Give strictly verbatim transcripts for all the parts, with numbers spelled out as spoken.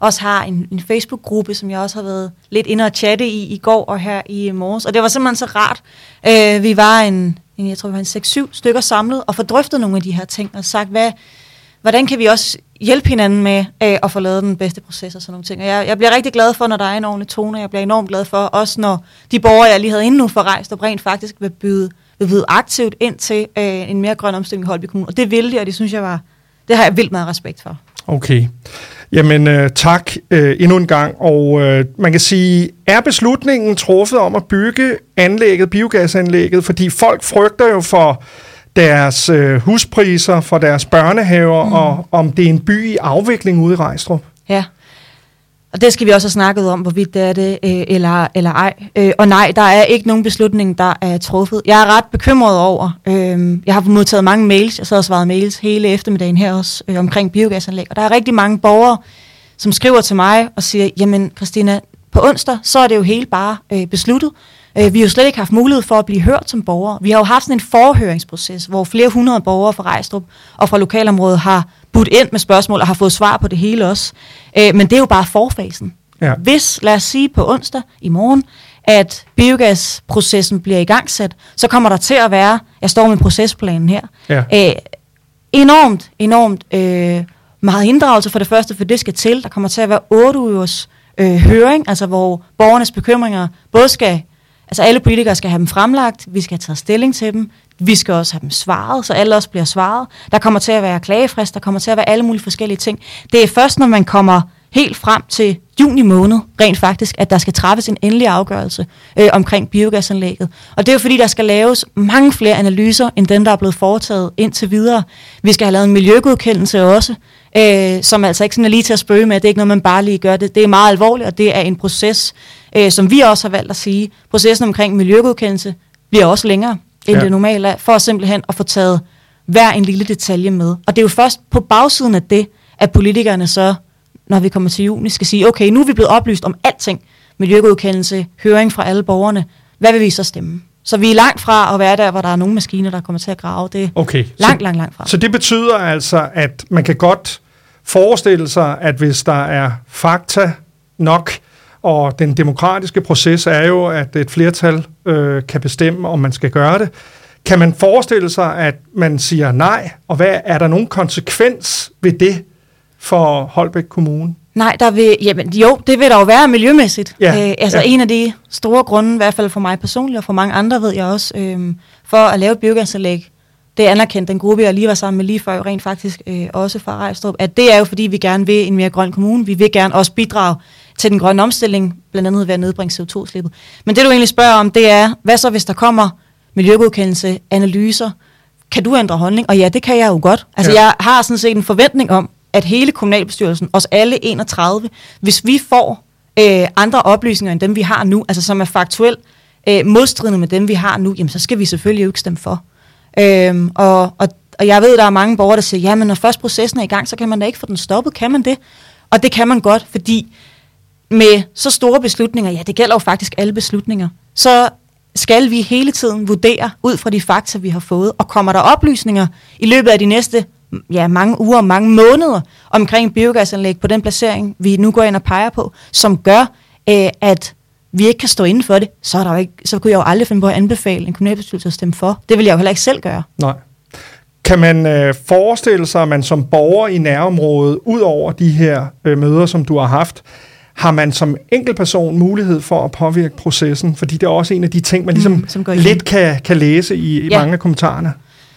også har en, en Facebook-gruppe, som jeg også har været lidt inde og chatte i i går og her i morges. Og det var simpelthen så rart. Øh, vi var en, en, jeg tror vi var en seks syv stykker samlet og fordrøftet nogle af de her ting og sagt, hvad, hvordan kan vi også hjælpe hinanden med øh, at få lavet den bedste proces og sådan nogle ting. Og jeg, jeg bliver rigtig glad for, når der er en ordentlig tone. Jeg bliver enormt glad for, også når de borgere, jeg lige havde inde nu for rejst, og rent faktisk vil byde, vil byde aktivt ind til øh, en mere grøn omstilling i Holbæk Kommune. Og det ville de, og det synes jeg var, det har jeg vildt meget respekt for. Okay. Jamen øh, tak øh, endnu en gang. Og øh, man kan sige, er beslutningen truffet om at bygge anlægget, biogasanlægget, fordi folk frygter jo for deres øh, huspriser, for deres børnehaver, mm. og om det er en by i afvikling ude i Rejstrup. Ja, og det skal vi også have snakket om, hvorvidt det er det, øh, eller, eller ej. Øh, og nej, der er ikke nogen beslutning, der er truffet. Jeg er ret bekymret over, øh, jeg har modtaget mange mails, jeg sad og svaret mails hele eftermiddagen her også, øh, omkring biogasanlæg, og der er rigtig mange borgere, som skriver til mig og siger, jamen Christina, på onsdag, så er det jo helt bare øh, besluttet. Vi har jo slet ikke haft mulighed for at blive hørt som borgere. Vi har jo haft sådan en forhøringsproces, hvor flere hundrede borgere fra Rejstrup og fra lokalområdet har budt ind med spørgsmål og har fået svar på det hele også. Men det er jo bare forfasen. Ja. Hvis, lad os sige på onsdag i morgen, at biogasprocessen bliver igangsat, så kommer der til at være, jeg står med procesplanen her, ja. øh, enormt, enormt øh, meget inddragelse for det første, for det skal til. Der kommer til at være otte ugers øh, høring, altså hvor borgernes bekymringer både skal, altså alle politikere skal have dem fremlagt, vi skal have taget stilling til dem, vi skal også have dem svaret, så alle også bliver svaret. Der kommer til at være klagefrist, der kommer til at være alle mulige forskellige ting. Det er først, når man kommer helt frem til juni måned, rent faktisk, at der skal træffes en endelig afgørelse øh, omkring biogasanlægget. Og det er jo fordi, der skal laves mange flere analyser, end dem, der er blevet foretaget indtil videre. Vi skal have lavet en miljøgodkendelse også, øh, som altså ikke sådan er lige til at spøge med. Det er ikke noget, man bare lige gør det. Det er meget alvorligt, og det er en proces, øh, som vi også har valgt at sige. Processen omkring miljøgodkendelse bliver også længere, end ja. det normale er, for simpelthen at få taget hver en lille detalje med. Og det er jo først på bagsiden af det, at politikerne så, når vi kommer til juni, skal sige, okay, nu er vi blevet oplyst om alting, miljøgodkendelse, høring fra alle borgerne, hvad vil vi så stemme? Så vi er langt fra at være der, hvor der er nogle maskiner, der kommer til at grave. Det er okay. langt, så, langt, langt fra. Så det betyder altså, at man kan godt forestille sig, at hvis der er fakta nok, og den demokratiske proces er jo, at et flertal øh, kan bestemme, om man skal gøre det, kan man forestille sig, at man siger nej, og hvad er der nogen konsekvens ved det for Holbæk Kommune? Nej, der vil, jamen, jo, det vil der jo være miljømæssigt. Ja, øh, altså ja. En af de store grunde, i hvert fald for mig personligt, og for mange andre ved jeg også, øh, for at lave et biogasanlæg, det er anerkendt, den gruppe, jeg lige var sammen med lige før, rent faktisk øh, også fra Rejstrup, at det er jo, fordi vi gerne vil en mere grøn kommune. Vi vil gerne også bidrage til den grønne omstilling, blandt andet ved at nedbringe C O to udslippet. Men det, du egentlig spørger om, det er, hvad så, hvis der kommer miljøgodkendelse, analyser? Kan du ændre holdning? Og ja, det kan jeg jo godt. Altså, ja. jeg har sådan set en forventning om, at hele kommunalbestyrelsen, os alle enogtredive, hvis vi får øh, andre oplysninger end dem, vi har nu, altså som er faktuelt øh, modstridende med dem, vi har nu, jamen så skal vi selvfølgelig jo ikke stemme for. Øhm, og, og, og jeg ved, der er mange borgere, der siger, jamen når først processen er i gang, så kan man da ikke få den stoppet. Kan man det? Og det kan man godt, fordi med så store beslutninger, ja, det gælder jo faktisk alle beslutninger, så skal vi hele tiden vurdere ud fra de fakta, vi har fået, og kommer der oplysninger i løbet af de næste ja, mange uger og mange måneder omkring biogasanlæg på den placering, vi nu går ind og peger på, som gør, øh, at vi ikke kan stå inden for det, så, er der jo ikke, så kunne jeg jo aldrig finde på at anbefale en kommunalbestyrelse at stemme for. Det vil jeg jo heller ikke selv gøre. Nej. Kan man øh, forestille sig, at man som borger i nærområdet, ud over de her øh, møder, som du har haft, har man som enkeltperson mulighed for at påvirke processen? Fordi det er også en af de ting, man ligesom mm, lidt kan, kan læse i, i ja. mange af kommentarerne.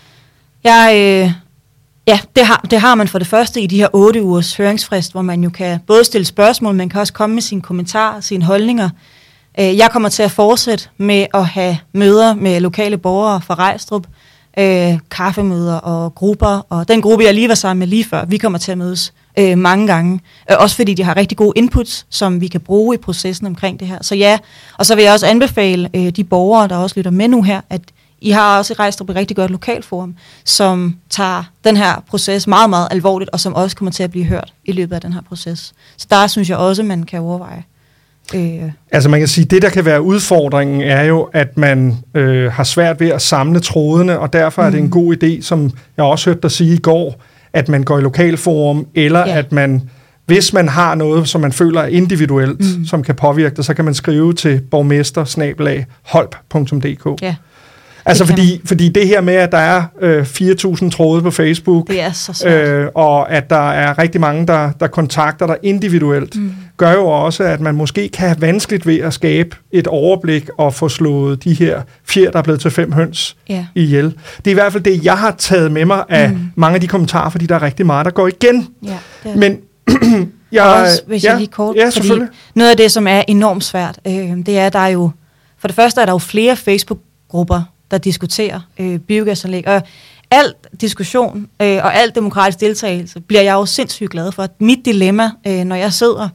Jeg... Øh Ja, det har, det har man for det første i de her otte ugers høringsfrist, hvor man jo kan både stille spørgsmål, man kan også komme med sine kommentarer, sine holdninger. Jeg kommer til at fortsætte med at have møder med lokale borgere fra Rejstrup, øh, kaffemøder og grupper, og den gruppe, jeg lige var sammen med lige før, vi kommer til at mødes øh, mange gange. Øh, også fordi de har rigtig gode inputs, som vi kan bruge i processen omkring det her. Så ja, og så vil jeg også anbefale øh, de borgere, der også lytter med nu her, at I har også rejst op et rigtig godt lokalforum, som tager den her proces meget, meget alvorligt, og som også kommer til at blive hørt i løbet af den her proces. Så der synes jeg også, man kan overveje. Øh. Altså man kan sige, det der kan være udfordringen, er jo, at man øh, har svært ved at samle trådene, og derfor mm. er det en god idé, som jeg også hørte dig sige i går, at man går i lokalforum, eller ja. at man hvis man har noget, som man føler er individuelt, mm. som kan påvirke det, så kan man skrive til borgmester snabel-a holp punktum d k. Ja. Altså fordi, fordi det her med, at der er øh, fire tusind tråde på Facebook, det er så svært. Øh, og at der er rigtig mange, der, der kontakter dig individuelt, mm. gør jo også, at man måske kan have vanskeligt ved at skabe et overblik og få slået de her fjer, der er blevet til fem høns yeah. ihjel. Det er i hvert fald det, jeg har taget med mig af mm. mange af de kommentarer, fordi der er rigtig meget, der går igen. Ja, Men jeg, også, hvis ja, jeg lige kort, ja, fordi noget af det, som er enormt svært, øh, det er, der er jo, for det første er der jo flere Facebook-grupper, der diskuterer øh, biogasanlæg, og al diskussion øh, og al demokratisk deltagelse bliver jeg jo sindssygt glad for. Mit dilemma, øh, når jeg sidder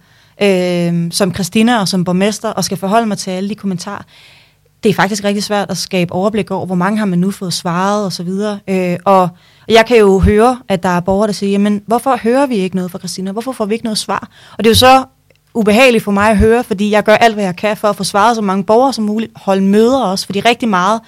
øh, som Christina og som borgmester og skal forholde mig til alle de kommentarer, det er faktisk rigtig svært at skabe overblik over, hvor mange har man nu fået svaret og så videre. Øh, og jeg kan jo høre, at der er borgere, der siger, jamen hvorfor hører vi ikke noget fra Christina? Hvorfor får vi ikke noget svar? Og det er jo så ubehageligt for mig at høre, fordi jeg gør alt, hvad jeg kan for at få svaret så mange borgere som muligt, holde møder også, fordi rigtig meget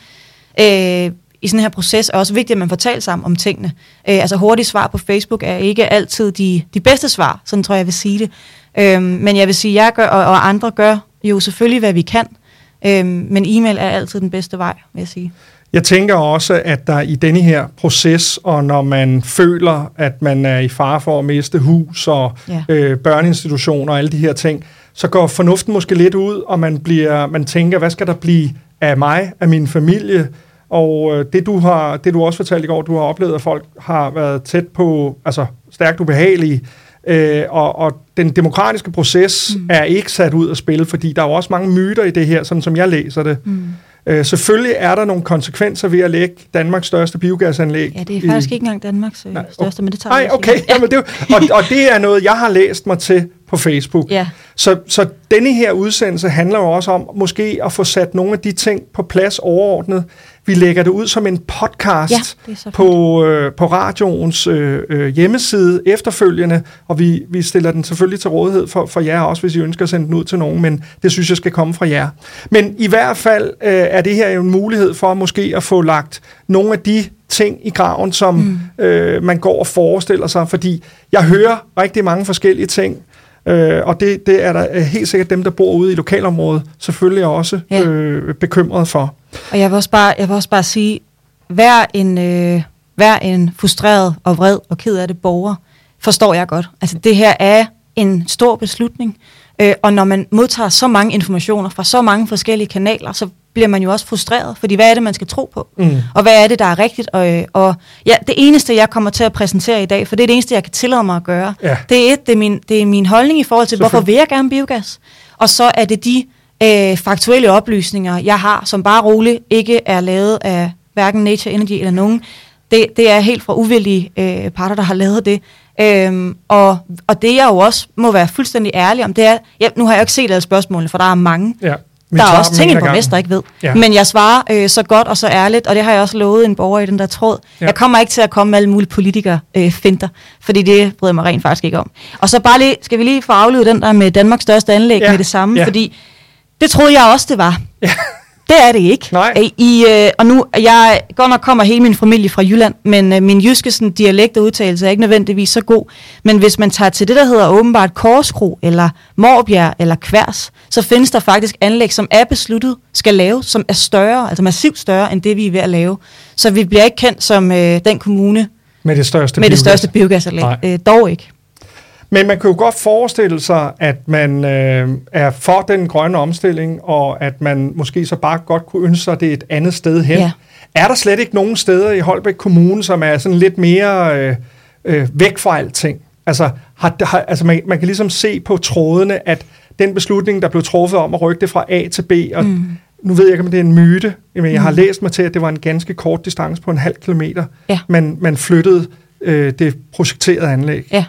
Øh, i sådan her proces er også vigtigt, at man får talt sammen om tingene. Øh, altså hurtige svar på Facebook er ikke altid de, de bedste svar, sådan tror jeg, jeg vil sige det. Øh, men jeg vil sige, at jeg gør, og, og andre gør jo selvfølgelig, hvad vi kan. Øh, men e-mail er altid den bedste vej, vil jeg sige. Jeg tænker også, at der i denne her proces, og når man føler, at man er i fare for at miste hus og ja. øh, børneinstitutioner og alle de her ting, så går fornuften måske lidt ud, og man, bliver, man tænker, hvad skal der blive af mig, af min familie, og øh, det, du har, det du også fortalte i går, du har oplevet, at folk har været tæt på, altså stærkt ubehagelige, øh, og, og den demokratiske proces mm. er ikke sat ud at spille, fordi der er jo også mange myter i det her, sådan som jeg læser det. Mm. Øh, selvfølgelig er der nogle konsekvenser ved at lægge Danmarks største biogasanlæg. Ja, det er faktisk i, ikke engang Danmarks øh, største, men det tager Nej, okay, ja. Jamen, det er, og, og det er noget, jeg har læst mig til på Facebook. Ja. Så, så denne her udsendelse handler jo også om måske at få sat nogle af de ting på plads overordnet. Vi lægger det ud som en podcast ja, på, øh, på radioens øh, hjemmeside efterfølgende, og vi, vi stiller den selvfølgelig til rådighed for, for jer også, hvis I ønsker at sende den ud til nogen, men det synes jeg skal komme fra jer. Men i hvert fald øh, er det her jo en mulighed for måske at få lagt nogle af de ting i graven, som mm. øh, man går og forestiller sig, fordi jeg hører rigtig mange forskellige ting, øh, og det, det er der helt sikkert dem, der bor ude i lokalområdet, selvfølgelig også ja. øh, bekymret for. Og jeg vil også bare, jeg vil også bare sige, hver en, øh, hver en frustreret og vred og ked af det borger, forstår jeg godt. Altså det her er en stor beslutning, øh, og når man modtager så mange informationer fra så mange forskellige kanaler, så bliver man jo også frustreret, fordi hvad er det, man skal tro på? Mm. Og hvad er det, der er rigtigt? Og, og ja, det eneste, jeg kommer til at præsentere i dag, for det er det eneste, jeg kan tillade mig at gøre, ja. det er et, det er, min, det er min holdning i forhold til, hvorfor vil jeg gerne biogas? Og så er det de øh, faktuelle oplysninger, jeg har, som bare roligt ikke er lavet af hverken Nature Energy eller nogen. Det, det er helt fra uvillige øh, parter, der har lavet det. Øhm, og, og det, jeg jo også må være fuldstændig ærlig om, det er, ja, nu har jeg jo ikke set alle spørgsmålene, for der er mange. Ja. Der er også ting, en borgmester ikke ved. Ja. Men jeg svarer øh, så godt og så ærligt, og det har jeg også lovet en borger i den der tråd. Ja. Jeg kommer ikke til at komme med alle mulige politikere øh, finter, fordi det bryder mig rent faktisk ikke om. Og så bare lige, skal vi lige få aflevet den der med Danmarks største anlæg ja. med det samme, ja. fordi det troede jeg også, det var. Ja. Det er det ikke. Nej. I, øh, og nu, jeg godt nok kommer hele min familie fra Jylland, men øh, min jyske sådan, dialekt og udtalelse er ikke nødvendigvis så god. Men hvis man tager til det, der hedder åbenbart Korskro, eller Mårbjerg, eller Kværs, så findes der faktisk anlæg, som er besluttet skal laves, som er større, altså massivt større, end det vi er ved at lave. Så vi bliver ikke kendt som øh, den kommune med det største, med det største biogasanlæg. Øh, dog ikke. Men man kan jo godt forestille sig, at man øh, er for den grønne omstilling, og at man måske så bare godt kunne ønske sig det et andet sted hen. Ja. Er der slet ikke nogen steder i Holbæk Kommune, som er sådan lidt mere øh, øh, væk fra alting? Altså, har, har, altså man, man kan ligesom se på trådene, at den beslutning, der blev truffet om at rykke det fra A til B, og mm. nu ved jeg ikke, om det er en myte, men jeg mm. har læst mig til, at det var en ganske kort distance på en halv kilometer, ja. man, man flyttede øh, det projekterede anlæg. Ja.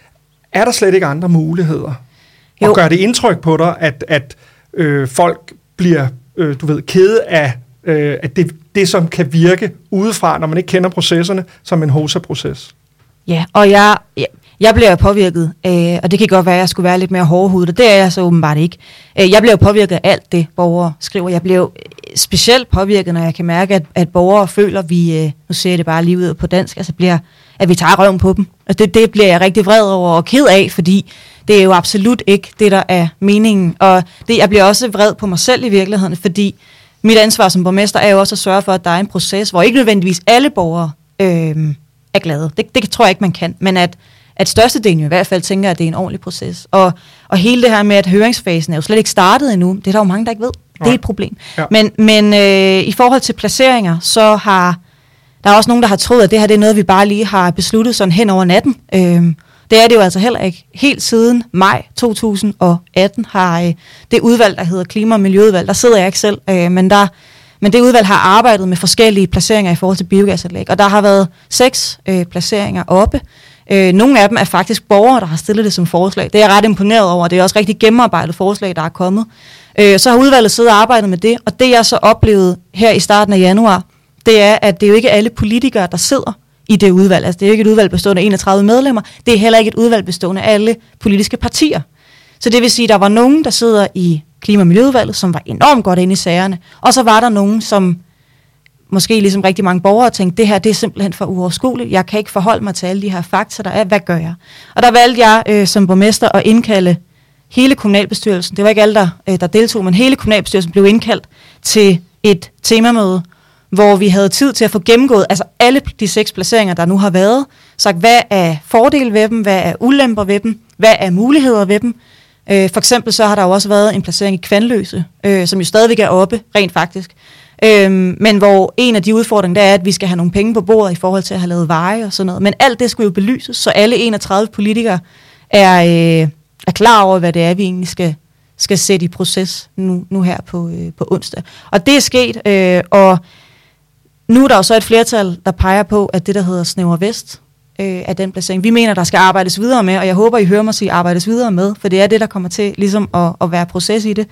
Er der slet ikke andre muligheder? Jo. Og gør det indtryk på dig, at, at øh, folk bliver, øh, du ved, kede af øh, at det, det, som kan virke udefra, når man ikke kender processerne, som en H O S A-proces? Ja, og jeg, jeg, jeg bliver påvirket, øh, og det kan godt være, at jeg skulle være lidt mere hårdhudet, det er jeg så åbenbart ikke. Øh, jeg bliver påvirket af alt det, borgere skriver. Jeg bliver specielt påvirket, når jeg kan mærke, at, at borgere føler, vi, øh, nu ser jeg det bare lige ud på dansk, altså bliver, at vi tager røven på dem. Og det, det bliver jeg rigtig vred over og ked af, fordi det er jo absolut ikke det, der er meningen. Og det, jeg bliver også vred på mig selv i virkeligheden, fordi mit ansvar som borgmester er jo også at sørge for, at der er en proces, hvor ikke nødvendigvis alle borgere øh, er glade. Det, det tror jeg ikke, man kan. Men at, at størstedelen i hvert fald tænker, at det er en ordentlig proces. Og, og hele det her med, at høringsfasen er jo slet ikke startet endnu, det er der jo mange, der ikke ved. Det er et problem. Ja. Men, men øh, i forhold til placeringer, så har der er også nogen, der har troet, at det her det er noget, vi bare lige har besluttet sådan hen over natten. Øh, det er det jo altså heller ikke. Helt siden maj to tusind og atten har øh, det udvalg, der hedder Klima- og Miljøudvalg, der sidder jeg ikke selv, øh, men, der, men det udvalg har arbejdet med forskellige placeringer i forhold til biogasanlæg, og der har været seks øh, placeringer oppe. Øh, nogle af dem er faktisk borgere, der har stillet det som forslag. Det er jeg ret imponeret over. Det er også rigtig gennemarbejdet forslag, der er kommet. Øh, så har udvalget siddet og arbejdet med det, og det jeg så oplevede her i starten af januar, det er, at det er jo ikke alle politikere, der sidder i det udvalg. Altså det er jo ikke et udvalg bestående af enogtredive medlemmer. Det er heller ikke et udvalg bestående af alle politiske partier. Så det vil sige, at der var nogen, der sidder i Klima- og Miljøudvalget, som var enormt godt inde i sagerne, og så var der nogen, som måske ligesom rigtig mange borgere tænkte, det her det er simpelthen for uoverskueligt. Jeg kan ikke forholde mig til alle de her fakta, der er. Hvad gør jeg? Og der valgte jeg øh, som borgmester at indkalde hele kommunalbestyrelsen. Det var ikke alle, der, øh, der deltog, men hele kommunalbestyrelsen blev indkaldt til et temamøde, hvor vi havde tid til at få gennemgået altså alle de seks placeringer, der nu har været, sagt, hvad er fordele ved dem, hvad er ulemper ved dem, hvad er muligheder ved dem. Øh, for eksempel så har der jo også været en placering i Kvanløse, øh, som jo stadigvæk er oppe, rent faktisk. Øh, men hvor en af de udfordringer, der er, at vi skal have nogle penge på bordet i forhold til at have lavet veje og sådan noget. Men alt det skulle jo belyses, så alle enogtredive politikere er, øh, er klar over, hvad det er, vi egentlig skal, skal sætte i proces nu, nu her på, øh, på onsdag. Og det er sket, øh, og nu er der jo så et flertal, der peger på, at det, der hedder Snævre Vest, øh, er den placering. Vi mener, der skal arbejdes videre med, og jeg håber, I hører mig sige arbejdes videre med, for det er det, der kommer til ligesom at, at være proces i det.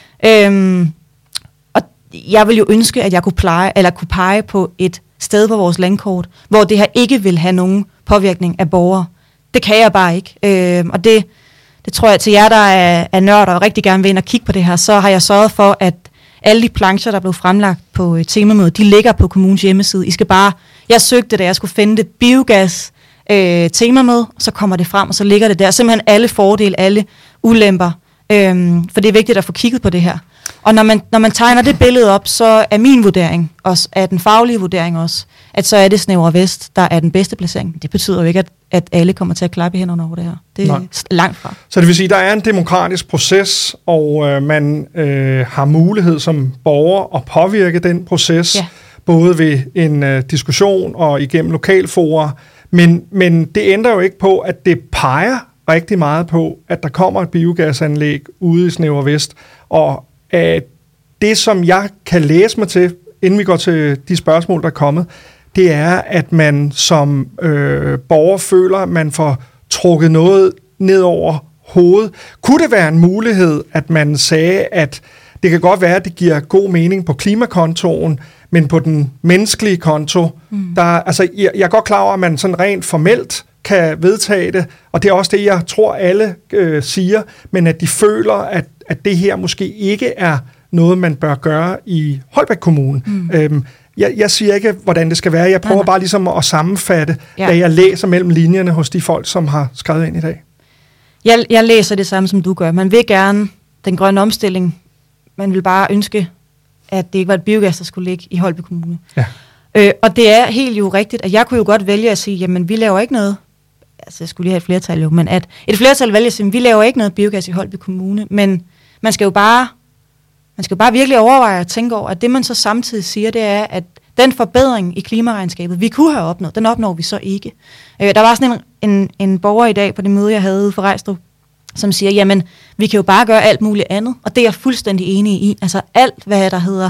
Øhm, og jeg vil jo ønske, at jeg kunne, pleje, eller kunne pege på et sted på vores landkort, hvor det her ikke vil have nogen påvirkning af borgere. Det kan jeg bare ikke. Øhm, og det, det tror jeg, til jer, der er, er nørder og rigtig gerne vil ind og kigge på det her, så har jeg sørget for, at alle de plancher, der blev fremlagt på øh, temamødet, de ligger på kommunens hjemmeside. I skal bare, jeg søgte, da jeg skulle finde det biogas øh, temamøde, så kommer det frem, og så ligger det der. Simpelthen alle fordele, alle ulemper. Øhm, for det er vigtigt at få kigget på det her. Og når man, når man tegner det billede op, så er min vurdering, også er den faglige vurdering også, at så er det Snævre Vest, der er den bedste placering. Det betyder jo ikke, at, at alle kommer til at klappe i hænderne over det her. Det er Nej. langt fra. Så det vil sige, at der er en demokratisk proces, og øh, man øh, har mulighed som borger at påvirke den proces, ja. både ved en øh, diskussion og igennem lokalforer. Men, men det ændrer jo ikke på, at det peger rigtig meget på, at der kommer et biogasanlæg ude i Snævre Vest, og øh, det, som jeg kan læse mig til, inden vi går til de spørgsmål, der er kommet, det er, at man som øh, borger føler, at man får trukket noget ned over hovedet. Kunne det være en mulighed, at man sagde, at det kan godt være, at det giver god mening på klimakontoen, men på den menneskelige konto, mm. der, altså, jeg, jeg er godt klar over, at man sådan rent formelt kan vedtage det, og det er også det, jeg tror, alle øh, siger, men at de føler, at, at det her måske ikke er noget, man bør gøre i Holbæk Kommune. Mm. Øhm, jeg, jeg siger ikke, hvordan det skal være. Jeg prøver nej, nej. bare ligesom at sammenfatte, ja. hvad jeg læser mellem linjerne hos de folk, som har skrevet ind i dag. Jeg, jeg læser det samme, som du gør. Man vil gerne den grønne omstilling. Man vil bare ønske, at det ikke var et biogas, der skulle ligge i Holbæk Kommune. Ja. Øh, og det er helt jo rigtigt, at jeg kunne jo godt vælge at sige, jamen vi laver ikke noget. Altså jeg skulle lige have et flertal jo, men at et flertal vælger at sige, vi laver ikke noget biogas i Holbæk Kommune, men man skal jo bare Man skal jo bare virkelig overveje at tænke over, at det man så samtidig siger, det er, at den forbedring i klimaregnskabet, vi kunne have opnået, den opnår vi så ikke. Øh, der var sådan en, en, en borger i dag på det møde, jeg havde ude for Rejstrup, som siger, jamen, vi kan jo bare gøre alt muligt andet, og det er jeg fuldstændig enig i. Altså alt, hvad der hedder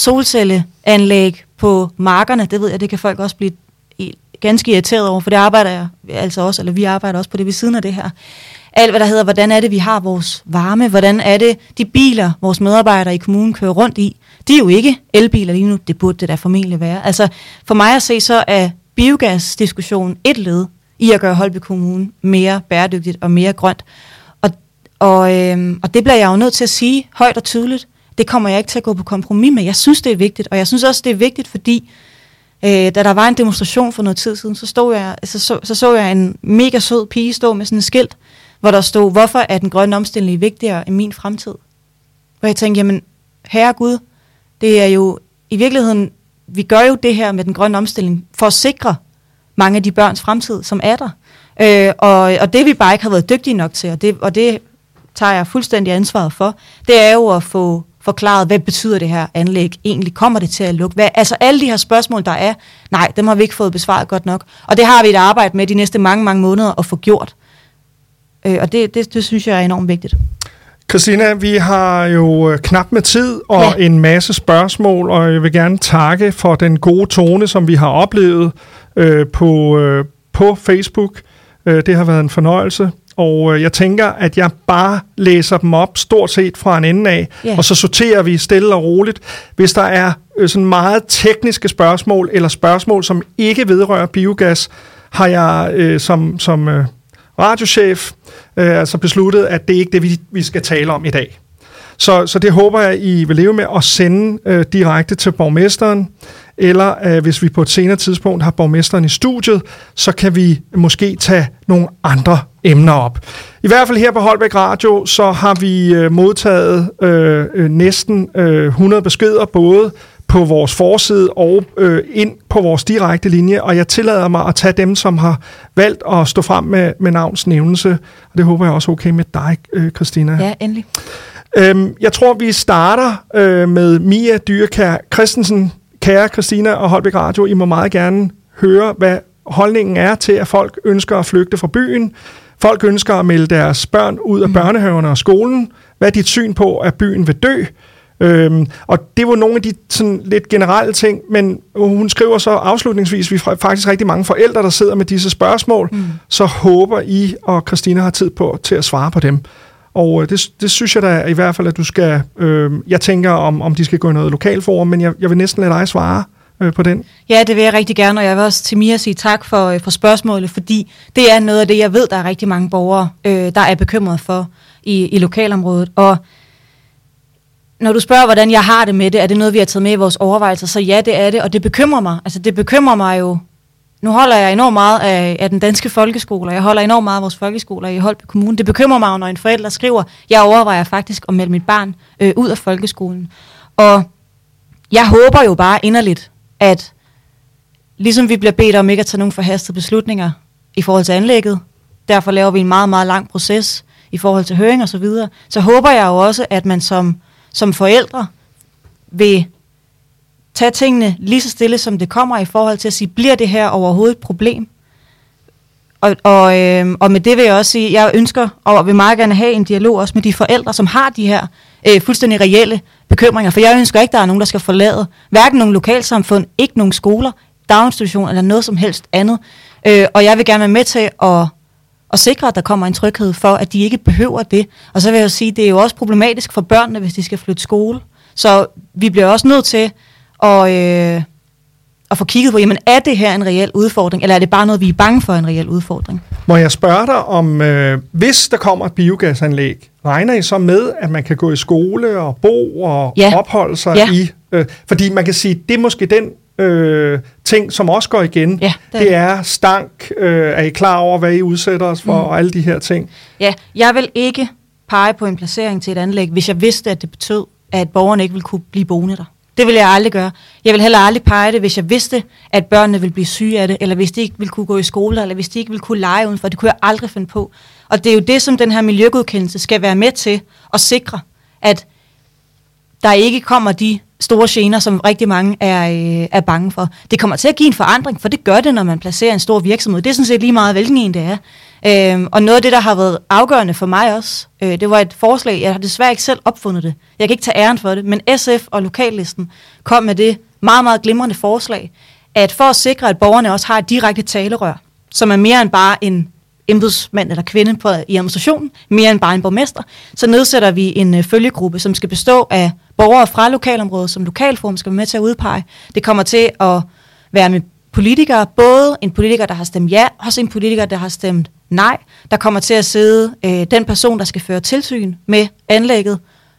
solcelleanlæg på markerne, det ved jeg, det kan folk også blive ganske irriteret over, for det arbejder jeg altså også, eller vi arbejder også på det ved siden af det her. Alt, hvad der hedder, hvordan er det, vi har vores varme, hvordan er det, de biler, vores medarbejdere i kommunen kører rundt i, de er jo ikke elbiler lige nu, det burde det da formentlig være. Altså, for mig at se, så er biogasdiskussionen et led i at gøre Holbæk Kommune mere bæredygtigt og mere grønt. Og, og, øhm, og det bliver jeg jo nødt til at sige højt og tydeligt. Det kommer jeg ikke til at gå på kompromis med. Jeg synes, det er vigtigt, og jeg synes også, det er vigtigt, fordi Øh, da der var en demonstration for noget tid siden, så, stod jeg, så, så, så så jeg en mega sød pige stå med sådan en skilt, hvor der stod, hvorfor er den grønne omstilling vigtigere end min fremtid? Hvor jeg tænkte, jamen, herre Gud, det er jo i virkeligheden, vi gør jo det her med den grønne omstilling for at sikre mange af de børns fremtid, som er der. Øh, og, og det vi bare ikke har været dygtige nok til, og det, og det tager jeg fuldstændig ansvaret for, det er jo at få forklaret, hvad betyder det her anlæg egentlig? Kommer det til at lukke? Hvad, altså alle de her spørgsmål, der er, nej, dem har vi ikke fået besvaret godt nok. Og det har vi et arbejde med de næste mange, mange måneder at få gjort. Øh, og det, det, det synes jeg er enormt vigtigt. Christina, vi har jo knap med tid og ja. en masse spørgsmål, og jeg vil gerne takke for den gode tone, som vi har oplevet øh, på, øh, på Facebook. Øh, det har været en fornøjelse. Og jeg tænker, at jeg bare læser dem op stort set fra en ende af, yeah. og så sorterer vi stille og roligt. Hvis der er øh, sådan meget tekniske spørgsmål, eller spørgsmål, som ikke vedrører biogas, har jeg øh, som, som øh, radiochef øh, altså besluttet, at det er ikke det, vi, vi skal tale om i dag. Så, så det håber jeg, I vil leve med at sende øh, direkte til borgmesteren, eller øh, hvis vi på et senere tidspunkt har borgmesteren i studiet, så kan vi måske tage nogle andre emner op. I hvert fald her på Holbæk Radio, så har vi øh, modtaget øh, øh, næsten øh, hundrede beskeder, både på vores forside og øh, ind på vores direkte linje, og jeg tillader mig at tage dem, som har valgt at stå frem med, med navnsnævnelse, og det håber jeg også er okay med dig, øh, Christina. Ja, endelig. Øhm, jeg tror, vi starter øh, med Mia Dyrekær Christensen. Kære Christina og Holbæk Radio, I må meget gerne høre, hvad holdningen er til, at folk ønsker at flygte fra byen. Folk ønsker at melde deres børn ud af mm. børnehaverne og skolen. Hvad er dit syn på, at byen vil dø? Øhm, og det var nogle af de sådan, lidt generelle ting, men hun skriver så afslutningsvis, vi er faktisk rigtig mange forældre, der sidder med disse spørgsmål, mm. så håber I og Christina har tid på til at svare på dem. Og det, det synes jeg da i hvert fald, at du skal... Øh, jeg tænker, om, om de skal gå i noget lokalforum, men jeg, jeg vil næsten lade dig svare øh, på den. Ja, det vil jeg rigtig gerne, og jeg vil også til Mia sige tak for, for spørgsmålet, fordi det er noget af det, jeg ved, der er rigtig mange borgere, øh, der er bekymret for i, i lokalområdet. Og når du spørger, hvordan jeg har det med det, er det noget, vi har taget med i vores overvejelser, så ja, det er det, og det bekymrer mig. Altså, det bekymrer mig jo... Nu holder jeg enormt meget af, af den danske folkeskole, og jeg holder enormt meget af vores folkeskoler i Holbæk Kommune. Det bekymrer mig, når en forælder skriver, jeg overvejer faktisk at melde mit barn øh, ud af folkeskolen. Og jeg håber jo bare inderligt, at ligesom vi bliver bedt om ikke at tage nogle forhastede beslutninger i forhold til anlægget, derfor laver vi en meget, meget lang proces i forhold til høring og så videre, så håber jeg jo også, at man som, som forældre vil tage tingene lige så stille, som det kommer i forhold til at sige, bliver det her overhovedet et problem? Og, og, øh, og med det vil jeg også sige, jeg ønsker og vil meget gerne have en dialog også med de forældre, som har de her øh, fuldstændig reelle bekymringer. For jeg ønsker ikke, der er nogen, der skal forlade hverken nogen lokalsamfund, ikke nogen skoler, daginstitutioner eller noget som helst andet. Øh, og jeg vil gerne være med til at, at sikre, at der kommer en tryghed for, at de ikke behøver det. Og så vil jeg jo sige, det er jo også problematisk for børnene, hvis de skal flytte skole. Så vi bliver også nødt til Og, øh, og få kigget på, jamen er det her en reel udfordring, eller er det bare noget, vi er bange for en reel udfordring? Må jeg spørge dig om, øh, hvis der kommer et biogasanlæg, regner I så med, at man kan gå i skole og bo og ja. opholde sig ja. i? Øh, fordi man kan sige, det er måske den øh, ting, som også går igen. Ja, det, det er stank. Øh, er I klar over, hvad I udsætter os for, mm. og alle de her ting? Ja, jeg vil ikke pege på en placering til et anlæg, hvis jeg vidste, at det betød, at borgerne ikke ville kunne blive boende der. Det vil jeg aldrig gøre. Jeg vil heller aldrig pege det, hvis jeg vidste, at børnene ville blive syge af det, eller hvis de ikke ville kunne gå i skole, eller hvis de ikke ville kunne lege udenfor. Det kunne jeg aldrig finde på. Og det er jo det, som den her miljøgodkendelse skal være med til at sikre, at der ikke kommer de store gener, som rigtig mange er, øh, er bange for. Det kommer til at give en forandring, for det gør det, når man placerer en stor virksomhed. Det er sådan set lige meget, hvilken en det er. Øhm, og noget af det, der har været afgørende for mig også, øh, det var et forslag, jeg har desværre ikke selv opfundet det. Jeg kan ikke tage æren for det, men S F og lokallisten kom med det meget, meget glimrende forslag, at for at sikre, at borgerne også har et direkte talerør, som er mere end bare en embedsmand eller kvinde på, i administrationen, mere end bare en borgmester, så nedsætter vi en øh, følgegruppe, som skal bestå af borgere fra lokalområdet, som lokalforum skal være med til at udpege. Det kommer til at være med politikere, både en politiker, der har stemt ja, og også en politiker, der har stemt nej. Der kommer til at sidde øh, den person, der skal føre tilsyn med anlægget,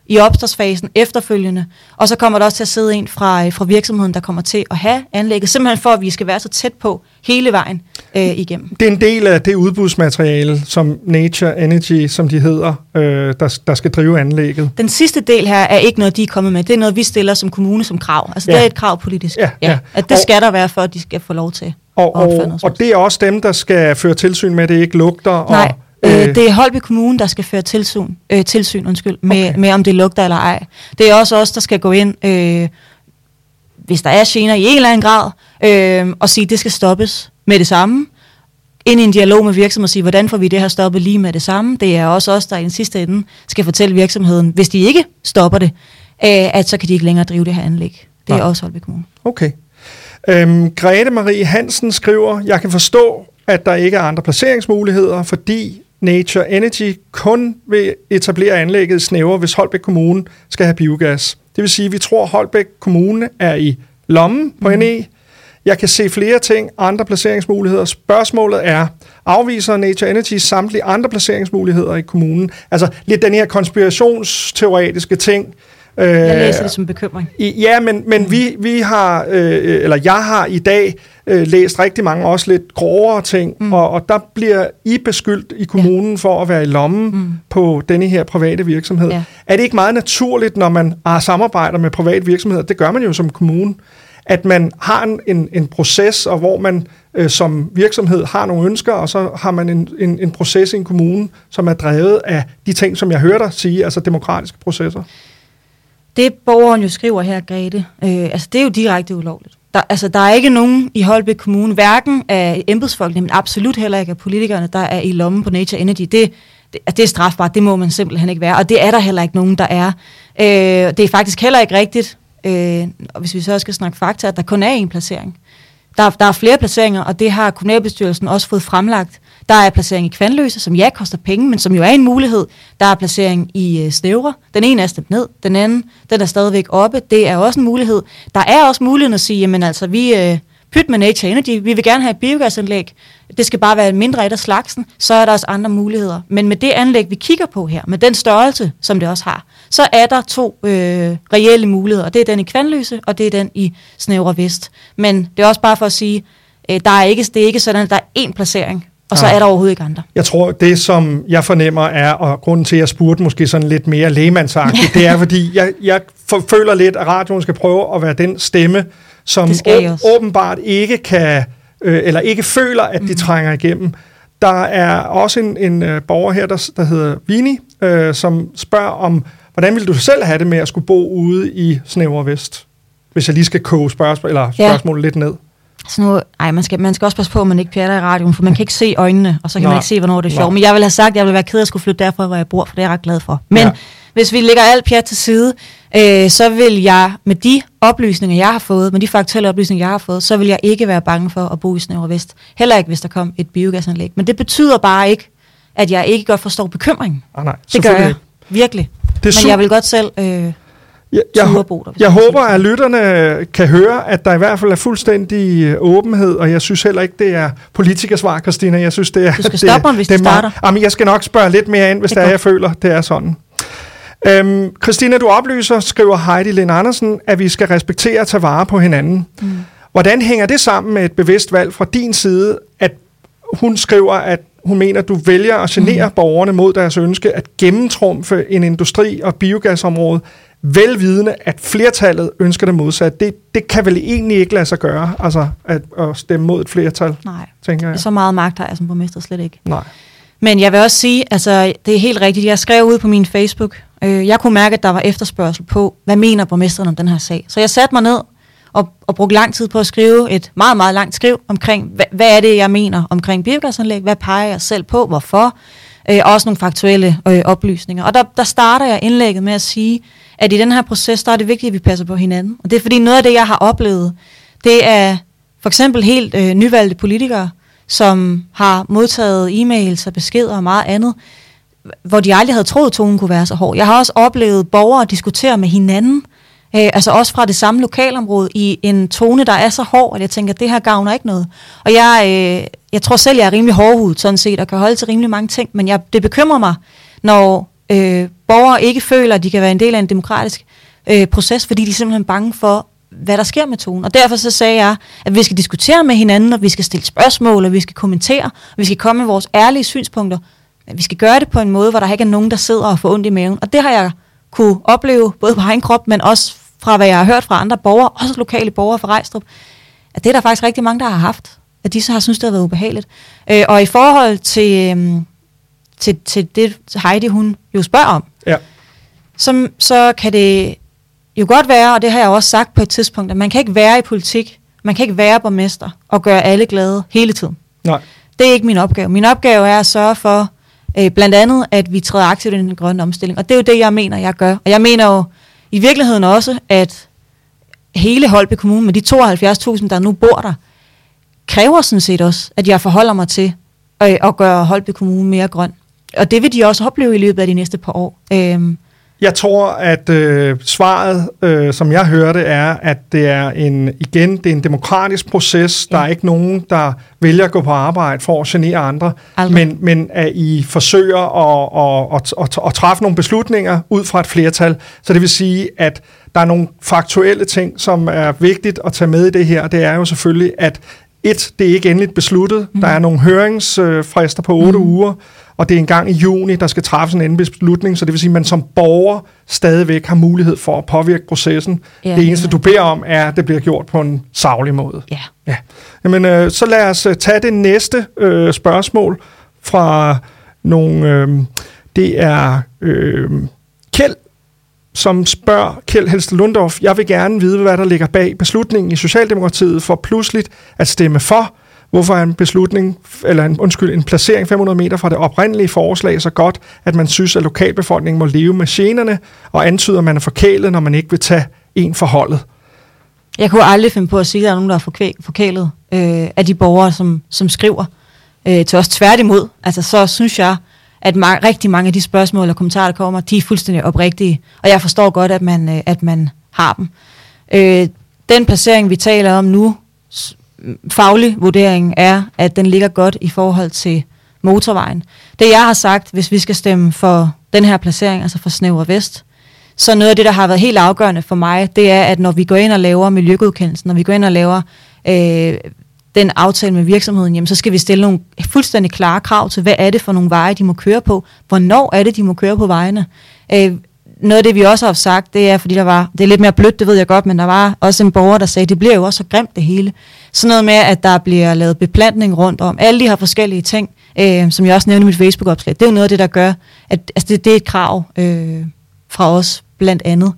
i opstartsfasen efterfølgende, og så kommer der også til at sidde en fra, fra virksomheden, der kommer til at have anlægget, simpelthen for, at vi skal være så tæt på hele vejen øh, igennem. Det er en del af det udbudsmateriale, som Nature Energy, som de hedder, øh, der, der skal drive anlægget. Den sidste del her er ikke noget, de er kommet med. Det er noget, vi stiller som kommune som krav. Altså ja. Det er et krav politisk. Ja, ja. Ja, at det og, skal der være, for at de skal få lov til og, at opføre og, og det er også dem, der skal føre tilsyn med, at det ikke lugter. Nej. Og Øh, det er Holbæk Kommune, der skal føre tilsyn, øh, tilsyn undskyld, med, okay. med, om det lugter eller ej. Det er også os, der skal gå ind, øh, hvis der er gener i en eller anden grad, øh, og sige, at det skal stoppes med det samme. Ind i en dialog med virksomheden og sige, hvordan får vi det her stoppet lige med det samme. Det er også os, der i den sidste ende skal fortælle virksomheden, hvis de ikke stopper det, øh, at så kan de ikke længere drive det her anlæg. Det Nej. er også Holbæk Kommune. Okay. Øhm, Grete Marie Hansen skriver, jeg kan forstå, at der ikke er andre placeringsmuligheder, fordi Nature Energy kun vil etablere anlægget i Snæver, hvis Holbæk Kommune skal have biogas. Det vil sige, at vi tror, at Holbæk Kommune er i lommen på mm. N E. Jeg kan se flere ting, andre placeringsmuligheder. Spørgsmålet er, afviser Nature Energy samtlige andre placeringsmuligheder i kommunen? Altså lidt den her konspirationsteoretiske ting. Jeg læser det som bekymring. Ja, men, men vi, vi har, øh, eller jeg har i dag øh, læst rigtig mange også lidt grovere ting, mm. og, og der bliver I beskyldt i kommunen ja. for at være i lommen mm. på denne her private virksomhed. Ja. Er det ikke meget naturligt, når man har samarbejder med private virksomheder, det gør man jo som kommune, at man har en, en, en proces, og hvor man øh, som virksomhed har nogle ønsker, og så har man en, en, en proces i en kommune, som er drevet af de ting, som jeg hørte dig sige, altså demokratiske processer? Det borgeren jo skriver her, Grete, øh, altså det er jo direkte ulovligt. Der, altså der er ikke nogen i Holbæk Kommune, hverken af embedsfolkene, men absolut heller ikke af politikerne, der er i lommen på Nature Energy. Det, det, det er strafbart, det må man simpelthen ikke være, og det er der heller ikke nogen, der er. Øh, det er faktisk heller ikke rigtigt, øh, og hvis vi så skal snakke fakta, at der kun er én placering. Der, der er flere placeringer, og det har kommunalbestyrelsen også fået fremlagt. Der er placering i Kvanløse, som ja koster penge, men som jo er en mulighed. Der er placering i øh, Snævre. Den ene er stemt ned, den anden den er stadigvæk oppe. Det er også en mulighed. Der er også muligheden at sige, jamen altså, vi øh, pyt med Nature Energy, vi vil gerne have et biogasanlæg. Det skal bare være mindre et af slagsen, så er der også andre muligheder. Men med det anlæg, vi kigger på her, med den størrelse, som det også har, så er der to øh, reelle muligheder. Og det er den i Kvanløse, og det er den i Snævre Vest. Men det er også bare for at sige, øh, der er ikke, det er ikke sådan, at der er én placering. Og så er der overhovedet ikke andre. Jeg tror, det som jeg fornemmer er, og grunden til, at jeg spurgte måske sådan lidt mere lægemandsagtigt, det er, fordi jeg, jeg føler lidt, at radioen skal prøve at være den stemme, som å- åbenbart ikke kan, øh, eller ikke føler, at de mm. trænger igennem. Der er også en, en uh, borger her, der, der hedder Vini, øh, som spørger om, hvordan vil du selv have det med at skulle bo ude i Snævre Vest? Hvis jeg lige skal koge spørgsmål, eller spørgsmålet ja. lidt ned. Så nu, ej, man skal, man skal også passe på, at man ikke pjatter i radioen, for man kan ikke se øjnene, og så kan Nej. man ikke se, hvornår det er sjovt. Nej. Men jeg vil have sagt, at jeg vil være ked af at skulle flytte derfra, hvor jeg bor, for det er jeg ret glad for. Men ja. hvis vi lægger alt pjat til side, øh, så vil jeg med de oplysninger, jeg har fået, med de faktuelle oplysninger, jeg har fået, så vil jeg ikke være bange for at bo i Snævre Vest. Heller ikke, hvis der kom et biogasanlæg. Men det betyder bare ikke, at jeg ikke godt forstår bekymringen. Ah, nej, det gør jeg. Virkelig. Men jeg vil godt selv... Øh, Jeg, jeg, der, jeg håber, at lytterne kan høre, at der i hvert fald er fuldstændig åbenhed, og jeg synes heller ikke, det er politikersvar, Christina. Jeg synes, det er... Du skal stoppe mig, hvis du starter. Jamen, jeg skal nok spørge lidt mere ind, hvis det, det er, jeg føler, det er sådan. Øhm, Christina, du oplyser, skriver Heidi Lind Andersen, at vi skal respektere og tage vare på hinanden. Mm. Hvordan hænger det sammen med et bevidst valg fra din side, at hun skriver, at hun mener, at du vælger at genere mm. borgerne mod deres ønske at gennemtrumfe en industri- og biogasområde, velvidende, at flertallet ønsker det modsat. Det, det kan vel egentlig ikke lade sig gøre, altså at, at stemme mod et flertal, Nej, tænker jeg. Så meget magt har jeg som borgmester slet ikke. Nej. Men jeg vil også sige, altså det er helt rigtigt, jeg skrev ud på min Facebook, øh, jeg kunne mærke, at der var efterspørgsel på, hvad mener borgmesteren om den her sag. Så jeg satte mig ned og, og brugte lang tid på at skrive et meget, meget langt skriv omkring, hvad, hvad er det, jeg mener omkring biogasanlæg, hvad peger jeg selv på, hvorfor, øh, også nogle faktuelle øh, oplysninger. Og der, der starter jeg indlægget med at sige, at i den her proces, der er det vigtigt, at vi passer på hinanden. Og det er fordi noget af det, jeg har oplevet, det er for eksempel helt øh, nyvalgte politikere, som har modtaget e-mails og beskeder og meget andet, hvor de aldrig havde troet, at tonen kunne være så hård. Jeg har også oplevet borgere diskutere med hinanden, øh, altså også fra det samme lokalområde, i en tone, der er så hård, at jeg tænker, at det her gavner ikke noget. Og jeg, øh, jeg tror selv, jeg er rimelig hårdhudet sådan set, og kan holde til rimelig mange ting, men jeg, det bekymrer mig, når øh, borgere ikke føler, at de kan være en del af en demokratisk øh, proces, fordi de er simpelthen bange for, hvad der sker med tonen. Og derfor så sagde jeg, at vi skal diskutere med hinanden, og vi skal stille spørgsmål, og vi skal kommentere, og vi skal komme med vores ærlige synspunkter. Men vi skal gøre det på en måde, hvor der ikke er nogen, der sidder og får ondt i maven. Og det har jeg kunne opleve, både på egen krop, men også fra, hvad jeg har hørt fra andre borgere, også lokale borgere fra Rejstrup, at det er der faktisk rigtig mange, der har haft. At de så har syntes, det har været ubehageligt. Øh, og i forhold til, øhm, til, til det, Heidi hun jo spørger om, ja. så, så kan det jo godt være, og det har jeg også sagt på et tidspunkt, at man kan ikke være i politik, man kan ikke være borgmester og gøre alle glade hele tiden. Nej. Det er ikke min opgave. Min opgave er at sørge for, øh, blandt andet, at vi træder aktivt ind i den grønne omstilling. Og det er jo det, jeg mener, jeg gør. Og jeg mener jo i virkeligheden også, at hele Holbæk Kommune, med de tooghalvfjerds tusind, der nu bor der, kræver sådan set også, at jeg forholder mig til øh, at gøre Holbæk Kommune mere grøn. Og det vil de også opleve i løbet af de næste par år. Øhm. Jeg tror, at øh, svaret, øh, som jeg hørte, er, at det er en, igen, det er en demokratisk proces. Ja. Der er ikke nogen, der vælger at gå på arbejde for at genere andre, men, men at I forsøger at, at, at, at, at træffe nogle beslutninger ud fra et flertal. Så det vil sige, at der er nogle faktuelle ting, som er vigtigt at tage med i det her. Det er jo selvfølgelig, at et, det er ikke endeligt besluttet. Mm. Der er nogle høringsfrister på otte mm. uger, og det er en gang i juni, der skal træffes en endelig beslutning, så det vil sige, at man som borger stadigvæk har mulighed for at påvirke processen. Ja, det eneste, ja. du beder om, er, at det bliver gjort på en saglig måde. Ja. Ja. Jamen, øh, så lad os tage det næste øh, spørgsmål fra nogle... Øh, det er øh, Kjeld, som spørger Kjeld Helste Lundorf, jeg vil gerne vide, hvad der ligger bag beslutningen i Socialdemokratiet for pludseligt at stemme for. Hvorfor er en beslutning, eller en, undskyld, en placering fem hundrede meter fra det oprindelige forslag så godt, at man synes, at lokalbefolkningen må leve med generne, og antyder, at man er forkælet, når man ikke vil tage en forholdet? Jeg kunne aldrig finde på at sige, at der er nogen, der er forkælet øh, af de borgere, som, som skriver øh, til os tværtimod. Altså så synes jeg, at ma- rigtig mange af de spørgsmål og kommentarer, der kommer, de er fuldstændig oprigtige. Og jeg forstår godt, at man, øh, at man har dem. Øh, den placering, vi taler om nu, faglig vurdering er, at den ligger godt i forhold til motorvejen. Det jeg har sagt, hvis vi skal stemme for den her placering, altså for Snævre Vest, så noget af det, der har været helt afgørende for mig, det er, at når vi går ind og laver miljøgodkendelsen, når vi går ind og laver øh, den aftale med virksomheden, jamen, så skal vi stille nogle fuldstændig klare krav til, hvad er det for nogle veje, de må køre på, hvornår er det, de må køre på vejene. Øh, Noget af det, vi også har sagt, det er, fordi der var, det er lidt mere blødt, det ved jeg godt, men der var også en borger, der sagde, det bliver jo også så grimt det hele. Sådan noget med, at der bliver lavet beplantning rundt om. Alle de her forskellige ting, øh, som jeg også nævnte i mit Facebook-opslag, det er jo noget af det, der gør, at altså det, det er et krav øh, fra os blandt andet.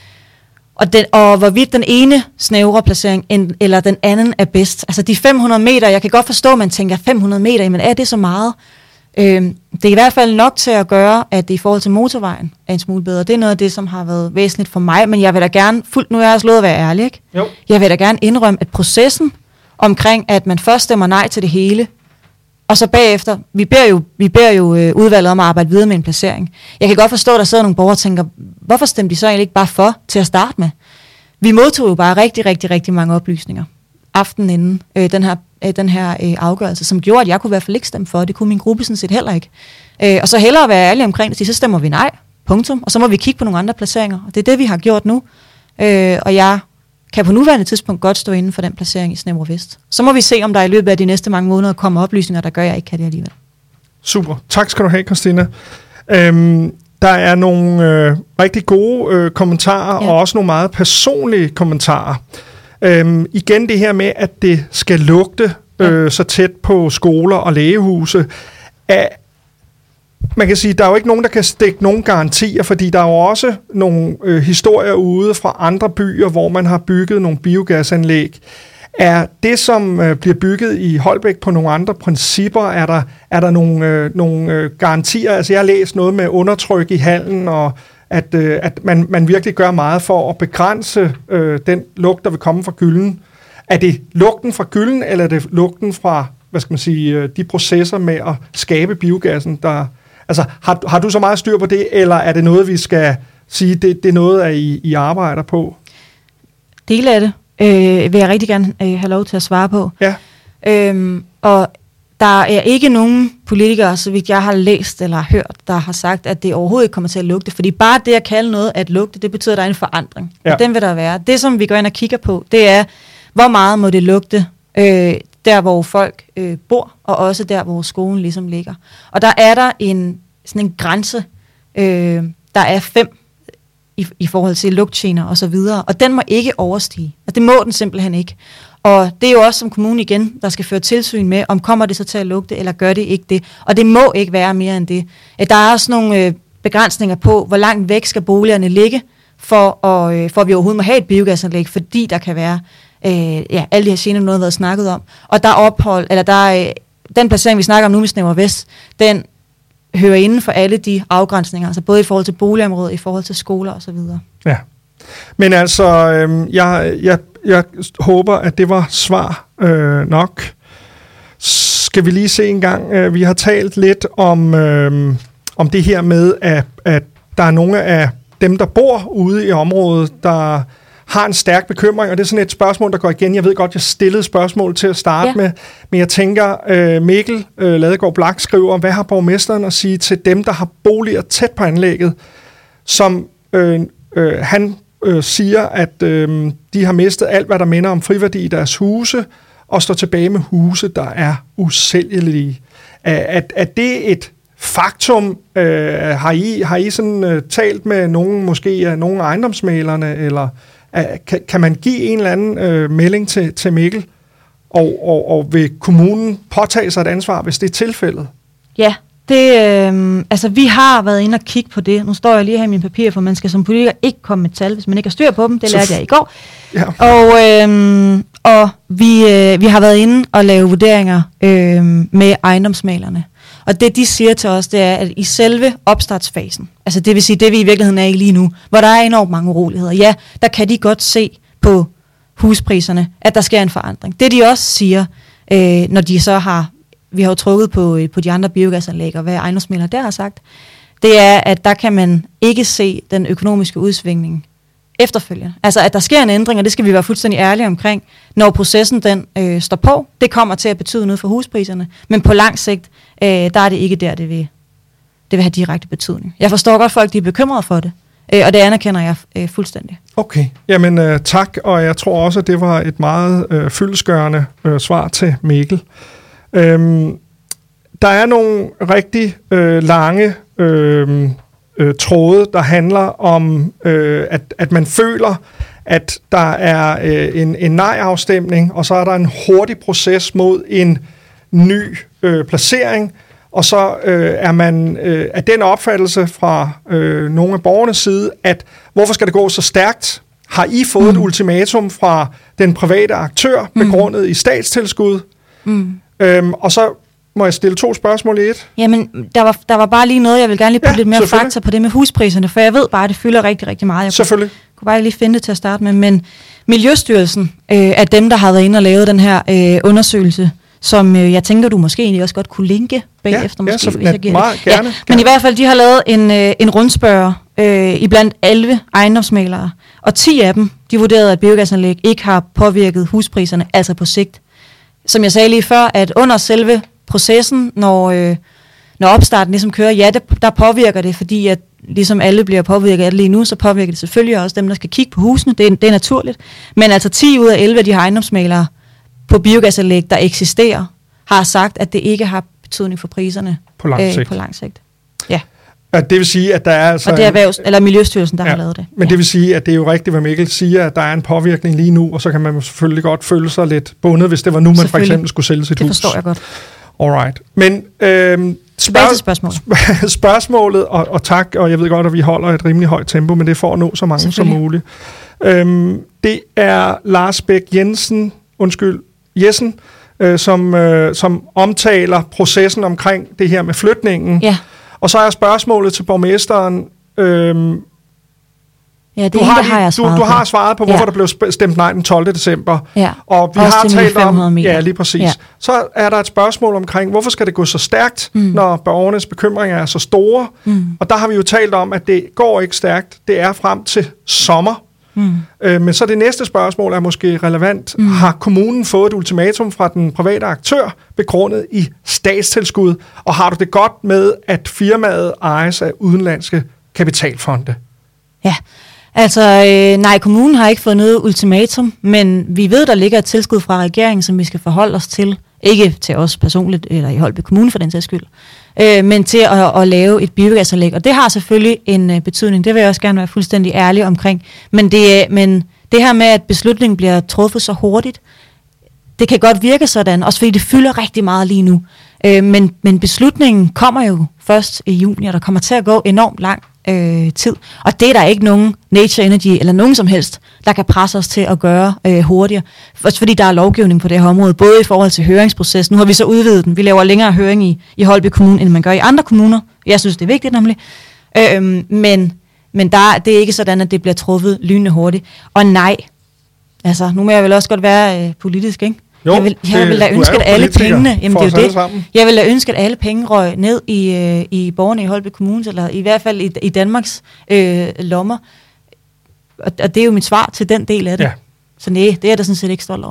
Og, den, og hvorvidt den ene snævre placering en, eller den anden er bedst. Altså de fem hundrede meter, jeg kan godt forstå, at man tænker fem hundrede meter, men er det så meget? Øhm, det er i hvert fald nok til at gøre, at det i forhold til motorvejen er en smule bedre. Det er noget af det, som har været væsentligt for mig, men jeg vil da gerne, fuldt nu er jeg slået at være ærlig, ikke? Jo. Jeg vil da gerne indrømme, at processen omkring, at man først stemmer nej til det hele, og så bagefter, vi beder jo, vi beder jo øh, udvalget om at arbejde videre med en placering. Jeg kan godt forstå, at der sidder nogle borgere og tænker, hvorfor stemte de så egentlig ikke bare for til at starte med? Vi modtog jo bare rigtig, rigtig, rigtig mange oplysninger aftenen inden øh, den her, øh, den her øh, afgørelse, som gjorde, at jeg kunne i hvert fald ikke stemme for. Det kunne min gruppe sådan set heller ikke. Øh, og så hellere være ærlig omkring det, så stemmer vi nej, punktum. Og så må vi kigge på nogle andre placeringer. Og det er det, vi har gjort nu. Øh, og jeg kan på nuværende tidspunkt godt stå inden for den placering i Snævre Vest. Så må vi se, om der i løbet af de næste mange måneder kommer oplysninger, der gør, at jeg ikke kan det alligevel. Super. Tak skal du have, Christina. Øhm, der er nogle øh, rigtig gode øh, kommentarer, ja. Og også nogle meget personlige kommentarer. Øhm, igen det her med, at det skal lugte øh, ja. så tæt på skoler og lægehuse. At, man kan sige, der er jo ikke nogen, der kan stikke nogen garantier, fordi der er jo også nogle øh, historier ude fra andre byer, hvor man har bygget nogle biogasanlæg. Er det, som øh, bliver bygget i Holbæk på nogle andre principper, er der, er der nogle, øh, nogle øh, garantier? Altså jeg har læst noget med undertryk i hallen, og at, øh, at man, man virkelig gør meget for at begrænse øh, den lugt, der vil komme fra gylden. Er det lugten fra gylden, eller er det lugten fra, hvad skal man sige, de processer med at skabe biogassen, der... Altså, har, har du så meget styr på det, eller er det noget, vi skal sige, det, det er noget, at I, I arbejder på? Dele af det øh, vil jeg rigtig gerne øh, have lov til at svare på. Ja. Øhm, og der er ikke nogen politikere, så vidt jeg har læst eller hørt, der har sagt, at det overhovedet ikke kommer til at lugte. Fordi bare det at kalde noget at lugte, det betyder, at der er en forandring. Ja. Og den vil der være. Det, som vi går ind og kigger på, det er, hvor meget må det lugte øh, der, hvor folk øh, bor, og også der, hvor skolen ligesom ligger. Og der er der en, sådan en grænse, øh, der er fem i, i forhold til lugtgener og så videre, og den må ikke overstige. Og det må den simpelthen ikke. Og det er jo også som kommune igen, der skal føre tilsyn med, om kommer det så til at lugte, eller gør det ikke det. Og det må ikke være mere end det. Der er også nogle øh, begrænsninger på, hvor langt væk skal boligerne ligge, for, at, øh, for at vi overhovedet må have et biogasanlæg, fordi der kan være øh, ja, alle de her gener, noget har været snakket om. Og der ophold, eller der øh, den placering, vi snakker om nu med Snæver Vest, den hører inden for alle de afgrænsninger, altså både i forhold til boligområdet, i forhold til skoler og så videre. Ja, men altså, øh, jeg, jeg, jeg håber, at det var svar øh, nok. Skal vi lige se en gang, øh, vi har talt lidt om, øh, om det her med, at, at der er nogle af dem, der bor ude i området, der har en stærk bekymring, og det er sådan et spørgsmål, der går igen. Jeg ved godt, jeg stillede spørgsmål til at starte ja. med, men jeg tænker, øh, Mikkel øh, Ladegaard Blak skriver, hvad har borgmesteren at sige til dem, der har boliger tæt på anlægget, som øh, øh, han øh, siger, at øh, de har mistet alt, hvad der minder om friværdi i deres huse, og står tilbage med huse, der er usælgelige. Er, er det et faktum? Øh, har I, har I sådan øh, talt med nogen, måske af nogle af ejendomsmælerne, eller Kan, kan man give en eller anden øh, melding til, til Mikkel, og, og, og vil kommunen påtage sig et ansvar, hvis det er tilfældet? Ja, det, øh, altså vi har været inde og kigge på det. Nu står jeg lige her i mine papirer, for man skal som politiker ikke komme med tal, hvis man ikke har styr på dem. Det lærte jeg i går. Ja. Og, øh, og vi, øh, vi har været inde og lave vurderinger øh, med ejendomsmælerne. Og det, de siger til os, det er, at i selve opstartsfasen, altså det vil sige, det vi i virkeligheden er i lige nu, hvor der er enormt mange uroligheder, ja, der kan de godt se på huspriserne, at der sker en forandring. Det de også siger, øh, når de så har, vi har jo trukket på, på de andre biogasanlæg, og hvad ejendomsmæglere der har sagt, det er, at der kan man ikke se den økonomiske udsvingning efterfølgende. Altså, at der sker en ændring, og det skal vi være fuldstændig ærlige omkring, når processen den øh, står på. Det kommer til at betyde noget for huspriserne, men på lang sigt, øh, der er det ikke der, det vil, det vil have direkte betydning. Jeg forstår godt, folk de er bekymrede for det, øh, og det anerkender jeg øh, fuldstændig. Okay, jamen øh, tak, og jeg tror også, at det var et meget øh, fyldestgørende øh, svar til Mikkel. Øhm, der er nogle rigtig øh, lange øh, øh, tråde, der handler om, øh, at, at man føler, at der er øh, en, en nej-afstemning, og så er der en hurtig proces mod en ny øh, placering, og så øh, er man øh, af den opfattelse fra øh, nogle af borgernes side, at hvorfor skal det gå så stærkt? Har I fået mm. et ultimatum fra den private aktør, begrundet mm. i statstilskud? Mm. Øhm, og så må jeg stille to spørgsmål i et. Jamen, der var, der var bare lige noget, jeg vil gerne lige putte ja, lidt mere fakta på det med huspriserne, for jeg ved bare, at det fylder rigtig, rigtig meget. Jeg selvfølgelig. Kunne, kunne bare lige finde det til at starte med, men Miljøstyrelsen øh, er dem, der har været inde og lavet den her øh, undersøgelse, som øh, jeg tænker, du måske egentlig også godt kunne linke bagefter. Ja, måske, ja, hvis jeg giver meget, det. Gerne, ja, gerne. Men i hvert fald, de har lavet en, øh, en rundspørg øh, i blandt elleve ejendomsmælere, og ti af dem, de vurderede, at biogasanlæg ikke har påvirket huspriserne, altså på sigt. Som jeg sagde lige før, at under selve processen, når, øh, når opstarten ligesom kører, ja, det, der påvirker det, fordi at ligesom alle bliver påvirket af det lige nu, så påvirker det selvfølgelig også dem, der skal kigge på husene. Det er, det er naturligt. Men altså ti ud af elleve af de her ejendomsmælere på biogasanlæg, der eksisterer, har sagt, at det ikke har betydning for priserne på lang sigt. Øh, på lang sigt. Ja. At det vil sige, at der er altså... Og det er erhvervs- eller Miljøstyrelsen, der ja, har lavet det. Men ja. Det vil sige, at det er jo rigtigt, hvad Mikkel siger, at der er en påvirkning lige nu, og så kan man selvfølgelig godt føle sig lidt bundet, hvis det var nu, man for eksempel skulle sælge sit det hus. Det forstår jeg godt. Alright. Men øhm, spørg- spørgsmålet. spørgsmålet, og, og tak, og jeg ved godt, at vi holder et rimelig højt tempo, men det er for at nå så mange som muligt. Øhm, det er Lars Bæk Jensen, undskyld, Jessen, øh, som, øh, som omtaler processen omkring det her med flytningen. Ja. Og så er spørgsmålet til borgmesteren. Øhm, ja, det du, har, har jeg svaret du, du har svaret på, hvorfor ja. der blev stemt nej den tolvte december. Ja. Og vi også har talt om... meter. Ja, lige præcis. Ja. Så er der et spørgsmål omkring, hvorfor skal det gå så stærkt, mm. når borgernes bekymringer er så store? Mm. Og der har vi jo talt om, at det går ikke stærkt. Det er frem til sommer. Mm. Øh, men så det næste spørgsmål er måske relevant. Mm. Har kommunen fået et ultimatum fra den private aktør begrundet i statstilskud, og har du det godt med, at firmaet ejes af udenlandske kapitalfonde? Ja, altså øh, nej, kommunen har ikke fået noget ultimatum, men vi ved, der ligger et tilskud fra regeringen, som vi skal forholde os til. Ikke til os personligt, eller i Holbæk Kommune for den sags skyld, øh, men til at, at lave et biogasanlæg. Og det har selvfølgelig en uh, betydning. Det vil jeg også gerne være fuldstændig ærlig omkring. Men det, men det her med, at beslutningen bliver truffet så hurtigt, det kan godt virke sådan, også fordi det fylder rigtig meget lige nu. Øh, men, men beslutningen kommer jo først i juni, og der kommer til at gå enormt lang øh, tid. Og det er der ikke nogen Nature Energy eller nogen som helst, der kan presse os til at gøre øh, hurtigere. Også fordi der er lovgivning på det her område, både i forhold til høringsprocessen. Nu har vi så udvidet den. Vi laver længere høring i, i Holbæk Kommune, end man gør i andre kommuner. Jeg synes, det er vigtigt nemlig. Øh, men men der, det er ikke sådan, at det bliver truffet lynende hurtigt. Og nej, altså nu må jeg vel også godt være øh, politisk, ikke? Jo, jeg vil, jeg det, vil da ønske, at alle pengene, jamen det er jo det. Sammen. Jeg vil da ønske, at alle penge røg ned i, øh, i borgerne i Holbæk Kommune, eller i hvert fald i, i Danmarks øh, lommer. Og, og det er jo mit svar til den del af det. Ja. Så nej, det er jeg da sådan set ikke stolt over.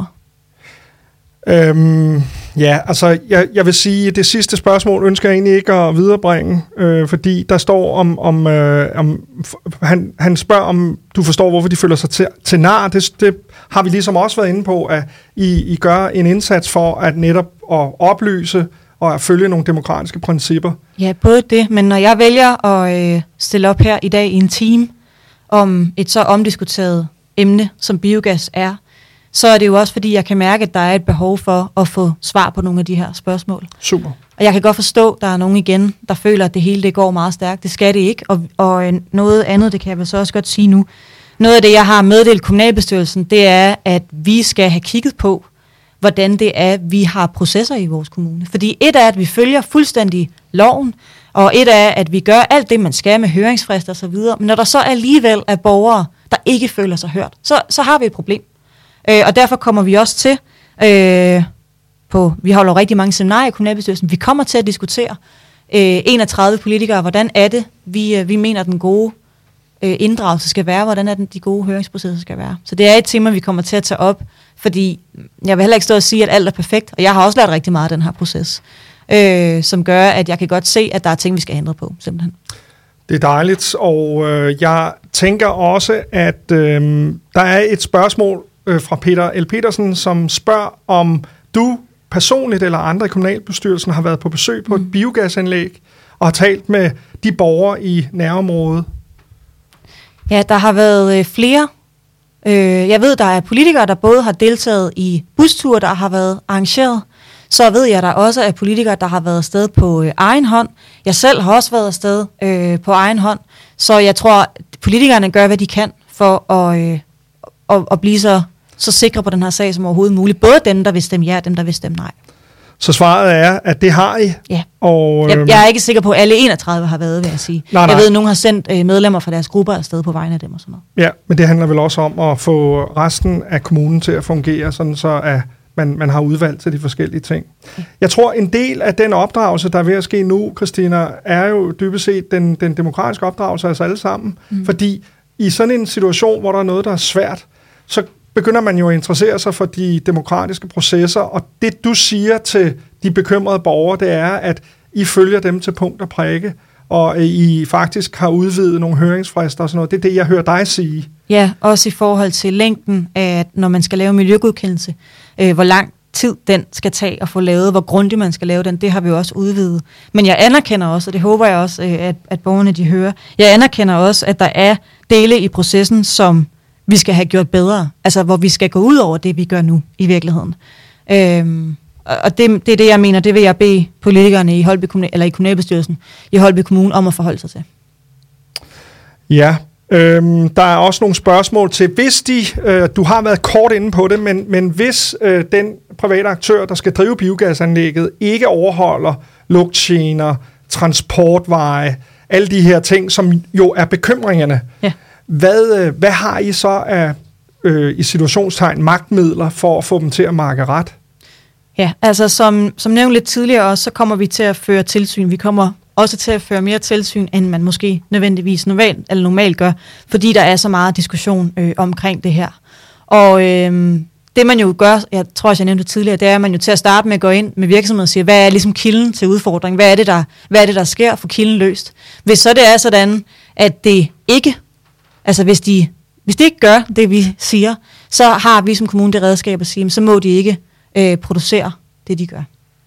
Øhm, ja, altså jeg, jeg vil sige, at det sidste spørgsmål ønsker jeg egentlig ikke at viderebringe, øh, fordi der står om, om, øh, om han, han spørger om, du forstår, hvorfor de føler sig til, til nar. Det, det har vi ligesom også været inde på, at I, I gør en indsats for at netop at oplyse og at følge nogle demokratiske principper. Ja, både det, men når jeg vælger at øh, stille op her i dag i en time om et så omdiskuteret emne, som biogas er, så er det jo også, fordi jeg kan mærke, at der er et behov for at få svar på nogle af de her spørgsmål. Super. Og jeg kan godt forstå, at der er nogen igen, der føler, at det hele det går meget stærkt. Det skal det ikke, og, og noget andet, det kan jeg vel så også godt sige nu. Noget af det, jeg har meddelt kommunalbestyrelsen, det er, at vi skal have kigget på, hvordan det er, vi har processer i vores kommune. Fordi et er, at vi følger fuldstændig loven, og et er, at vi gør alt det, man skal med høringsfrister og så videre. Men når der så alligevel er borgere, der ikke føler sig hørt, så, så har vi et problem. Øh, og derfor kommer vi også til, øh, på, vi holder rigtig mange seminarier i kommunalbestyrelsen, vi kommer til at diskutere øh, enogtredive politikere, hvordan er det, vi, øh, vi mener, den gode øh, inddragelse skal være, hvordan er den, de gode høringsprocesser skal være. Så det er et tema, vi kommer til at tage op, fordi jeg vil heller ikke stå og sige, at alt er perfekt, og jeg har også lært rigtig meget af den her proces, øh, som gør, at jeg kan godt se, at der er ting, vi skal ændre på, simpelthen. Det er dejligt, og øh, jeg tænker også, at øh, der er et spørgsmål øh, fra Peter L. Petersen, som spørger, om du personligt eller andre i kommunalbestyrelsen har været på besøg på mm. et biogasanlæg og har talt med de borgere i nærområdet. Ja, der har været øh, flere. Øh, jeg ved, der er politikere, der både har deltaget i busture, der har været arrangeret. Så ved jeg, der også er politikere, der har været afsted på øh, egen hånd. Jeg selv har også været afsted øh, på egen hånd. Så jeg tror, at politikerne gør, hvad de kan for at, øh, at, at blive så, så sikre på den her sag som overhovedet muligt. Både dem, der vil stemme ja, og dem, der vil stemme nej. Så svaret er, at det har I? Ja. Og, jeg, jeg er ikke sikker på, at alle enogtredive har været, vil jeg sige. Nej, nej. Jeg ved, at nogen har sendt øh, medlemmer fra deres grupper afsted på vegne af dem og sådan noget. Ja, men det handler vel også om at få resten af kommunen til at fungere, sådan så at man, man har udvalgt til de forskellige ting. Ja. Jeg tror, en del af den opdragelse, der er ved at ske nu, Christina, er jo dybest set den, den demokratiske opdragelse af os alle sammen. Mm. Fordi i sådan en situation, hvor der er noget, der er svært, så begynder man jo at interessere sig for de demokratiske processer, og det du siger til de bekymrede borgere, det er, at I følger dem til punkt og prikke, og I faktisk har udvidet nogle høringsfrister og sådan noget. Det er det, jeg hører dig sige. Ja, også i forhold til længden af, når man skal lave miljøgodkendelse, øh, hvor lang tid den skal tage at få lavet, hvor grundigt man skal lave den, det har vi jo også udvidet. Men jeg anerkender også, og det håber jeg også, øh, at, at borgerne de hører, jeg anerkender også, at der er dele i processen, som vi skal have gjort bedre, altså hvor vi skal gå ud over det, vi gør nu i virkeligheden. Øhm, og det, det er det, jeg mener, det vil jeg bede politikerne i Holbæk Kommune, eller i kommunalbestyrelsen i Holbæk Kommune om at forholde sig til. Ja, øhm, der er også nogle spørgsmål til, hvis de, øh, du har været kort inde på det, men, men hvis øh, den private aktør, der skal drive biogasanlægget, ikke overholder lugtgener, transportveje, alle de her ting, som jo er bekymringerne, ja. Hvad, hvad har I så af, øh, i situationstegn, magtmidler for at få dem til at markere ret? Ja, altså som, som nævnt lidt tidligere også, så kommer vi til at føre tilsyn. Vi kommer også til at føre mere tilsyn, end man måske nødvendigvis normalt, eller normalt gør, fordi der er så meget diskussion øh, omkring det her. Og øh, det man jo gør, jeg tror også jeg nævnte det tidligere, det er, at man jo til at starte med at gå ind med virksomheden og sige, hvad er ligesom kilden til udfordringen? Hvad er det, der, hvad er det, der sker for kilden løst? Hvis så det er sådan, at det ikke, altså hvis de, hvis de ikke gør det, vi siger, så har vi som kommune det redskab at sige, så må de ikke øh, producere det, de gør.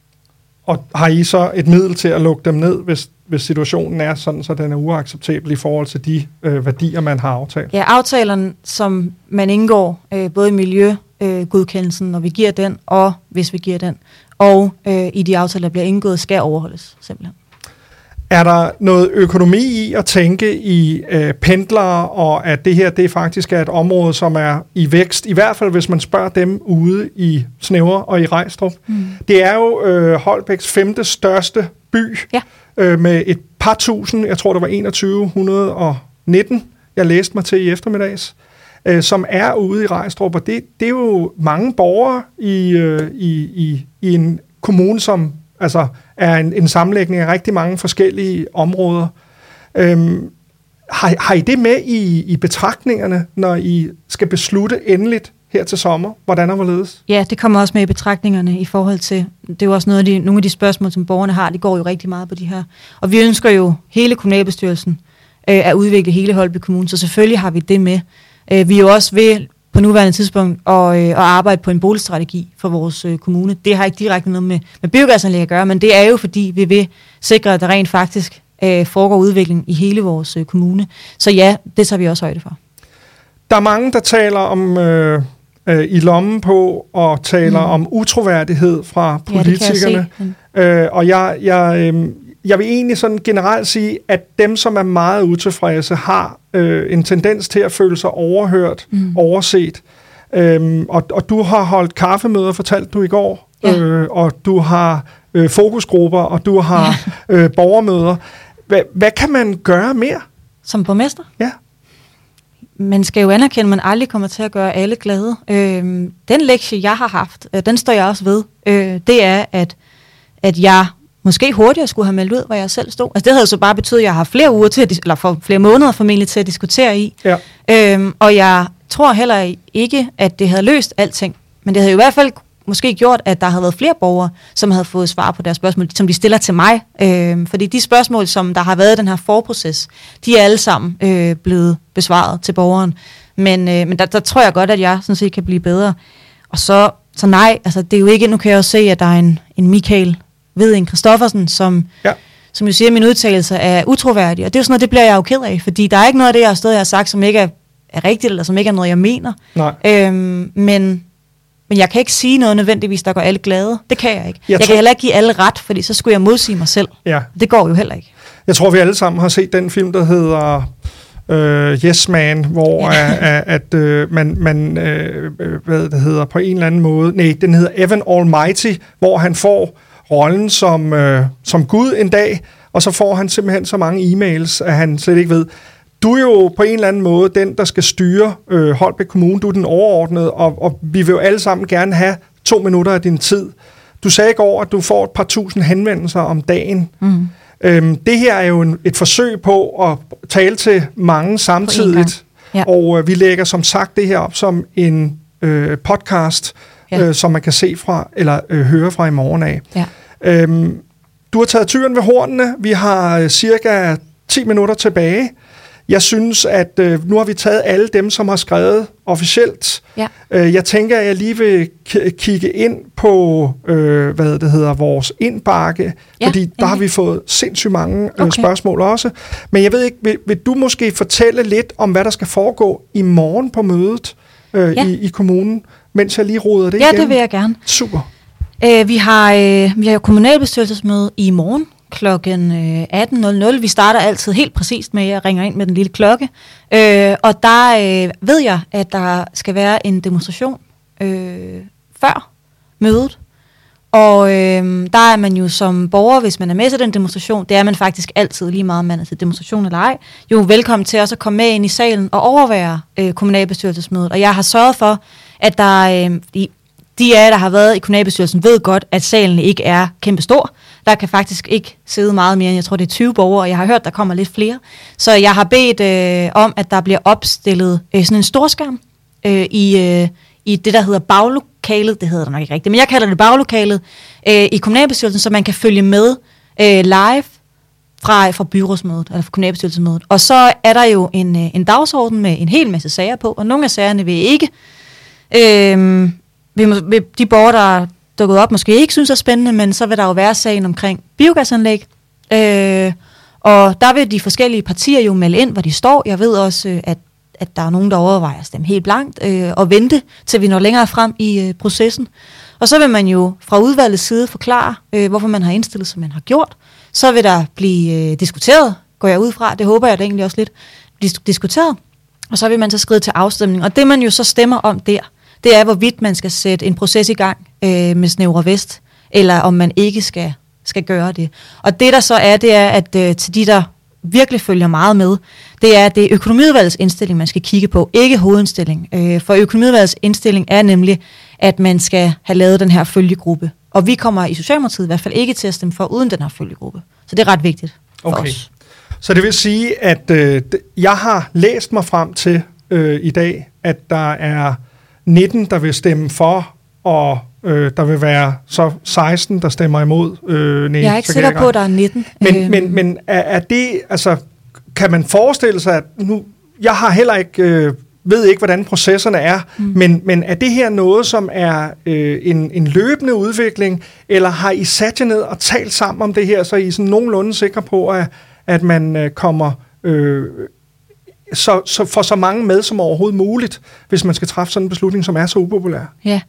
Og har I så et middel til at lukke dem ned, hvis, hvis situationen er sådan, så den er uacceptabel i forhold til de øh, værdier, man har aftalt? Ja, aftalerne, som man indgår, øh, både i miljøgodkendelsen, øh, når vi giver den, og hvis vi giver den, og øh, i de aftaler, der bliver indgået, skal overholdes simpelthen. Er der noget økonomi i at tænke i øh, pendlere, og at det her det faktisk er et område, som er i vækst, i hvert fald hvis man spørger dem ude i Snævre og i Rejstrup? Mm. Det er jo øh, Holbæks femte største by, ja. øh, med et par tusind, jeg tror det var enogtyve nitten, jeg læste mig til i eftermiddags, øh, som er ude i Rejstrup, og det, det er jo mange borgere i, øh, i, i, i en kommune, som altså er en, en sammenlægning af rigtig mange forskellige områder. Øhm, har, har I det med i, i betragtningerne, når I skal beslutte endeligt her til sommer, hvordan og hvorledes? Ja, det kommer også med i betragtningerne i forhold til, det er jo også noget af de, nogle af de spørgsmål, som borgerne har, det går jo rigtig meget på de her. Og vi ønsker jo hele kommunalbestyrelsen øh, at udvikle hele Holby Kommune, så selvfølgelig har vi det med. Øh, vi er jo også ved på nuværende tidspunkt og, øh, og arbejde på en boligstrategi for vores øh, kommune. Det har ikke direkte noget med, med biogasanlæg at gøre, men det er jo fordi, vi vil sikre, at der rent faktisk øh, foregår udvikling i hele vores øh, kommune. Så ja, det tager vi også højde for. Der er mange, der taler om øh, øh, i lommen på og taler mm. om utroværdighed fra politikerne. Ja, jeg øh, og jeg, jeg, øh, jeg vil egentlig sådan generelt sige, at dem, som er meget utilfredse, har øh, en tendens til at føle sig overhørt, mm. overset. Øhm, og, og du har holdt kaffemøder, fortalte du i går, ja. øh, og du har øh, fokusgrupper, og du har ja. øh, borgermøder. Hva, hvad kan man gøre mere? Som borgmester? Ja. Man skal jo anerkende, at man aldrig kommer til at gøre alle glade. Øh, den lektie, jeg har haft, øh, den står jeg også ved. Øh, det er, at, at jeg måske hurtigere skulle have meldt ud, hvor jeg selv stod. Altså det havde jo så bare betydet, at jeg har flere uger til, at, eller for flere måneder formentlig til at diskutere i. Ja. Øhm, og jeg tror heller ikke, at det havde løst alting. Men det havde jo i hvert fald måske gjort, at der havde været flere borgere, som havde fået svar på deres spørgsmål, som de stiller til mig. Øhm, fordi de spørgsmål, som der har været i den her forproces, de er alle sammen øh, blevet besvaret til borgeren. Men, øh, men der, der tror jeg godt, at jeg sådan set kan blive bedre. Og så, så nej, altså det er jo ikke, nu kan jeg også se, at der er en, en Michael Veding Christoffersen, som, ja. som jo siger, at min udtalelse er utroværdig. Og det er jo sådan noget, det bliver jeg jo ked af, fordi der er ikke noget af det, jeg har stået og har sagt, som ikke er, er rigtigt, eller som ikke er noget, jeg mener. Nej. Øhm, men, men jeg kan ikke sige noget nødvendigvis, der gør alle glade. Det kan jeg ikke. Jeg, jeg tror... kan heller ikke give alle ret, fordi så skulle jeg modsige mig selv. Ja. Det går jo heller ikke. Jeg tror, vi alle sammen har set den film, der hedder Uh, Yes Man, hvor ja. at, at uh, man, man uh, hvad det hedder, på en eller anden måde, nej, den hedder Evan Almighty, hvor han får rollen som, uh, som Gud en dag, og så får han simpelthen så mange e-mails, at han slet ikke ved. Du er jo på en eller anden måde den, der skal styre uh, Holbæk Kommune, du er den overordnede, og, og vi vil jo alle sammen gerne have to minutter af din tid. Du sagde i går, at du får et par tusind henvendelser om dagen. Mm. Øhm, det her er jo en, et forsøg på at tale til mange samtidigt, ja. og øh, vi lægger som sagt det her op som en øh, podcast, ja. øh, som man kan se fra eller øh, høre fra i morgen af. Ja. Øhm, du har taget tyren ved hornene. Vi har øh, cirka ti minutter tilbage. Jeg synes, at øh, nu har vi taget alle dem, som har skrevet officielt. Ja. Øh, jeg tænker, at jeg lige vil k- kigge ind på, øh, hvad det hedder, vores indbakke, ja, fordi der okay. har vi fået sindssygt mange øh, okay. spørgsmål også. Men jeg ved ikke, vil, vil du måske fortælle lidt om, hvad der skal foregå i morgen på mødet øh, ja. i, i kommunen, mens jeg lige roder det ja, igen? Ja, det vil jeg gerne. Super. Øh, vi har øh, vi har jo kommunalbestyrelsesmøde i morgen klokken atten nul nul. Vi starter altid helt præcist med, at jeg ringer ind med den lille klokke. Øh, og der øh, ved jeg, at der skal være en demonstration øh, før mødet. Og øh, der er man jo som borger, hvis man er med til den demonstration, det er man faktisk altid, lige meget om man er til demonstration eller ej, jo velkommen til også at komme med ind i salen og overvære øh, kommunalbestyrelsesmødet. Og jeg har sørget for, at der øh, de, de af jer, der har været i kommunalbestyrelsen, ved godt, at salen ikke er kæmpestor. der kan faktisk ikke sidde meget mere end, jeg tror det er tyve borgere, og jeg har hørt, der kommer lidt flere. Så jeg har bedt øh, om, at der bliver opstillet øh, sådan en storskærm øh, i, øh, i det, der hedder baglokalet. Det hedder der nok ikke rigtigt, men jeg kalder det baglokalet øh, i kommunalbestyrelsen, så man kan følge med øh, live fra, fra byrådsmødet, eller fra kommunalbestyrelsesmødet. Og så er der jo en, øh, en dagsorden med en hel masse sager på, og nogle af sagerne vil ikke, øh, vil, vil de borgere, der dukket op, måske ikke synes er spændende, men så vil der jo være sagen omkring biogasanlæg. Øh, og der vil de forskellige partier jo melde ind, hvor de står. Jeg ved også, øh, at, at der er nogen, der overvejer at stemme helt blankt øh, og vente, til vi når længere frem i øh, processen. Og så vil man jo fra udvalgets side forklare, øh, hvorfor man har indstillet, som man har gjort. Så vil der blive øh, diskuteret, går jeg ud fra, det håber jeg da egentlig også lidt, dis- diskuteret. Og så vil man så skride til afstemning. Og det man jo så stemmer om der, det er, hvorvidt man skal sætte en proces i gang øh, med Snævre Vest, eller om man ikke skal, skal gøre det. Og det der så er, det er, at øh, til de, der virkelig følger meget med, det er, at det er økonomiudvalgets indstilling, man skal kigge på, ikke hovedindstilling. Øh, for økonomiudvalgets indstilling er nemlig, at man skal have lavet den her følgegruppe. Og vi kommer i Socialdemokratiet i hvert fald ikke til at stemme for uden den her følgegruppe. Så det er ret vigtigt for okay. os. Så det vil sige, at øh, jeg har læst mig frem til øh, i dag, at der er nitten, der vil stemme for, og øh, der vil være så seksten, der stemmer imod. Øh, nej, jeg er ikke sikker på, at der er nitten. Men, øh. men, men er, er det, altså, kan man forestille sig, at nu, jeg har heller ikke, øh, ved ikke, hvordan processerne er, mm. men, men er det her noget, som er øh, en, en løbende udvikling, eller har I sat jer ned og talt sammen om det her, så I er sådan nogenlunde sikre på, at, at man øh, kommer... Øh, Så, så for så mange med som overhovedet muligt, hvis man skal træffe sådan en beslutning, som er så upopulær. Ja,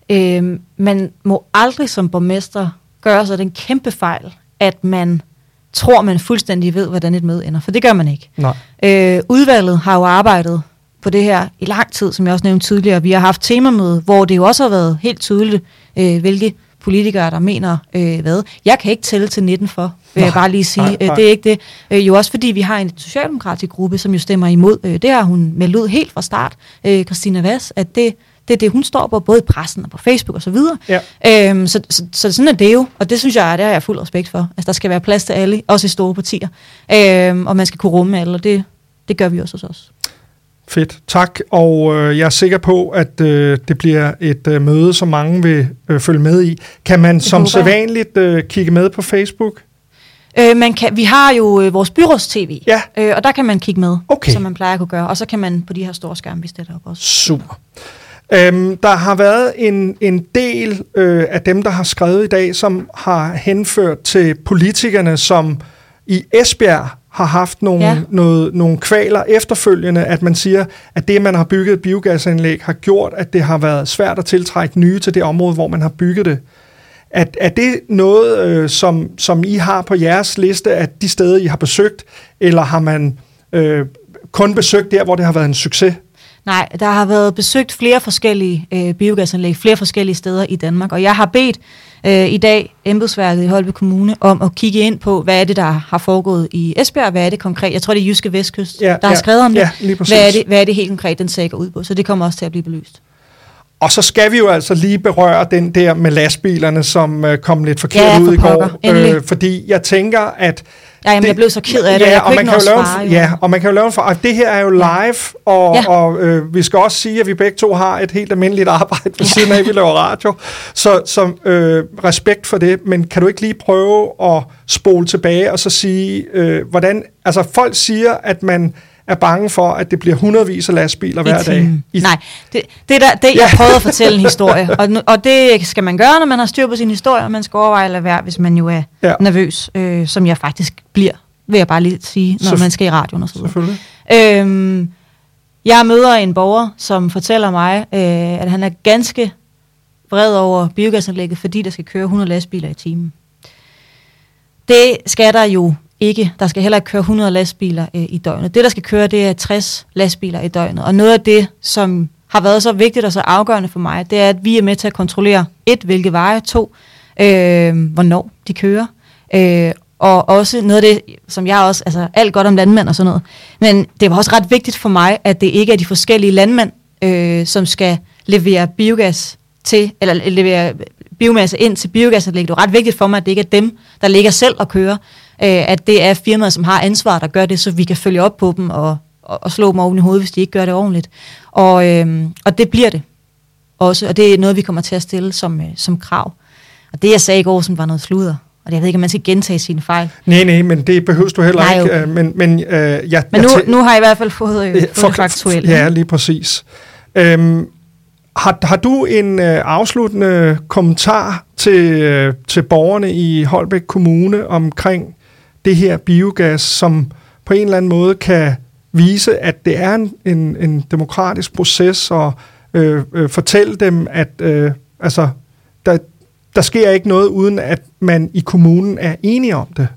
øh, man må aldrig som borgmester gøre sig den kæmpe fejl, at man tror, man fuldstændig ved, hvordan et møde ender, for det gør man ikke. Nej. Øh, udvalget har jo arbejdet på det her i lang tid, som jeg også nævnte tidligere. Vi har haft temamøde, hvor det jo også har været helt tydeligt, øh, hvilke politikere, der mener øh, hvad. Jeg kan ikke tælle til nitten for, vil jeg bare lige sige. Nej, nej. Det er ikke det. Øh, jo også fordi vi har en socialdemokratisk gruppe, som jo stemmer imod. Øh, det har hun meldt ud helt fra start, øh, Christina Vass, at det, det er det, hun står på, både i pressen og på Facebook og så videre. Ja. Øhm, så, så, så sådan er det jo, og det synes jeg, det har jeg fuld respekt for. Altså, der skal være plads til alle, også i store partier. Øhm, og man skal kunne rumme alle, og det, det gør vi også hos os. Fedt, tak. Og øh, jeg er sikker på, at øh, det bliver et øh, møde, som mange vil øh, følge med i. Kan man det som sædvanligt øh, kigge med på Facebook? Øh, man kan, vi har jo øh, vores byråds-tv, ja. øh, og der kan man kigge med, okay. som man plejer at kunne gøre. Og så kan man på de her store skærme, vi stiller op også. Super. Øhm, der har været en, en del øh, af dem, der har skrevet i dag, som har henført til politikerne, som i Esbjerg har haft nogle, ja. noget, nogle kvaler efterfølgende, at man siger, at det, man har bygget et biogasanlæg, har gjort, at det har været svært at tiltrække nye til det område, hvor man har bygget det. Er, er det noget, øh, som, som I har på jeres liste, at de steder, I har besøgt, eller har man øh, kun besøgt der, hvor det har været en succes? Nej, der har været besøgt flere forskellige øh, biogasanlæg, flere forskellige steder i Danmark, og jeg har bedt øh, i dag embedsværket i Holbæk Kommune om at kigge ind på, hvad er det, der har foregået i Esbjerg, hvad er det konkret, jeg tror det er Jyske Vestkyst, ja, der ja, har skrevet om det, ja, hvad, er det hvad er det helt konkret, den sag går ud på, så det kommer også til at blive belyst. Og så skal vi jo altså lige berøre den der med lastbilerne, som øh, kom lidt forkert ja, ud i pokker. går, øh, fordi jeg tænker, at Ja, jamen, det, jeg blev så ked af det, ja, jeg og man kan jo lave svare, en, ja, og man kan jo lave en for, og det her er jo live, og, ja. og øh, vi skal også sige, at vi begge to har et helt almindeligt arbejde ved ja. siden af, at vi laver radio, så, så øh, respekt for det, men kan du ikke lige prøve at spole tilbage, og så sige, øh, hvordan, altså folk siger, at man er bange for, at det bliver hundredvis af lastbiler hver dag. I Nej, det, det, der, det jeg prøvede at fortælle en historie, og, og det skal man gøre, når man har styr på sin historie, og man skal overveje at lade være, hvis man jo er ja. nervøs, øh, som jeg faktisk bliver, vil jeg bare lige sige, når Selvf- man skal i radioen og så videre. Selvfølgelig. Øhm, jeg møder en borger, som fortæller mig, øh, at han er ganske vred over biogasanlægget, fordi der skal køre hundrede lastbiler i timen. Det skal der jo ikke. Der skal heller ikke køre hundrede lastbiler øh, i døgnet. Det, der skal køre, det er tres lastbiler i døgnet. Og noget af det, som har været så vigtigt og så afgørende for mig, det er, at vi er med til at kontrollere et, hvilke veje, to, øh, hvornår de kører. Øh, og også noget af det, som jeg også, altså alt godt om landmænd og sådan noget. Men det var også ret vigtigt for mig, at det ikke er de forskellige landmænd, øh, som skal levere biogas til, eller levere biomasse ind til biogasanlæg. Det er ret vigtigt for mig, at det ikke er dem, der ligger selv og kører. Øh, at det er firmaer, som har ansvar, der gør det, så vi kan følge op på dem og, og, og slå dem oven i hovedet, hvis de ikke gør det ordentligt. Og, øh, og det bliver det også, og det er noget, vi kommer til at stille som, øh, som krav. Og det, jeg sagde i går, som var noget sludder, og jeg ved ikke, om man skal gentage sine fejl. Nej, nej, men det behøver du heller nej, ikke. Okay. Men, men, øh, jeg, men nu, jeg tæ- nu har jeg i hvert fald fået, øh, fået for, det faktuelt. Ja, lige præcis. Øhm, har, har du en øh, afsluttende kommentar til, øh, til borgerne i Holbæk Kommune omkring det her biogas, som på en eller anden måde kan vise, at det er en, en, en demokratisk proces, og øh, øh, fortælle dem, at øh, altså, der, der sker ikke noget, uden at man i kommunen er enige om det?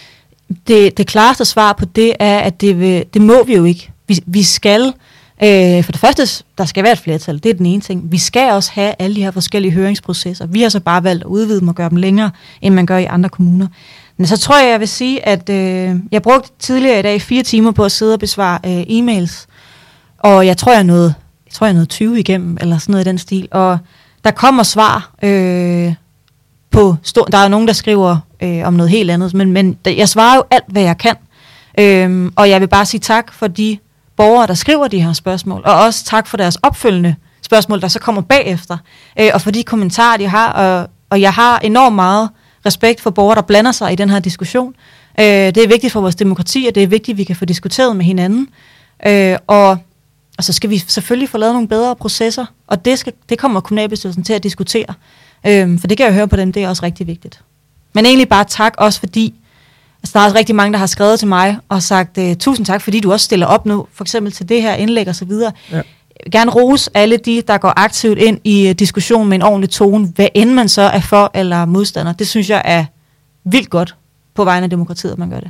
Det, det klareste svar på det er, at det, vil, det må vi jo ikke. Vi, vi skal, øh, for det første, der skal være et flertal, det er den ene ting. Vi skal også have alle de her forskellige høringsprocesser. Vi har så bare valgt at udvide dem og gøre dem længere, end man gør i andre kommuner. Men så tror jeg, jeg vil sige, at øh, jeg brugte tidligere i dag fire timer på at sidde og besvare øh, e-mails, og jeg tror, jeg nåede, jeg tror, jeg nåede tyve igennem, eller sådan noget i den stil. Og der kommer svar øh, på, stor, der er nogen, der skriver øh, om noget helt andet, men, men jeg svarer jo alt, hvad jeg kan. Øh, og jeg vil bare sige tak for de borgere, der skriver de her spørgsmål, og også tak for deres opfølgende spørgsmål, der så kommer bagefter, øh, og for de kommentarer, de har. Og, og jeg har enormt meget respekt for borgere, der blander sig i den her diskussion. Øh, det er vigtigt for vores demokrati, og det er vigtigt, at vi kan få diskuteret med hinanden. Øh, og, og så skal vi selvfølgelig få lavet nogle bedre processer, og det, skal, det kommer kommunalbestyrelsen til at diskutere. Øh, for det kan jeg høre på dem, det er også rigtig vigtigt. Men egentlig bare tak også fordi, altså der er også rigtig mange, der har skrevet til mig og sagt, uh, tusind tak, fordi du også stiller op nu, for eksempel til det her indlæg og så videre. Ja. Jeg vil gerne rose alle de, der går aktivt ind i uh, diskussionen med en ordentlig tone, hvad end man så er for eller modstander. Det synes jeg er vildt godt på vegne af demokratiet, at man gør det.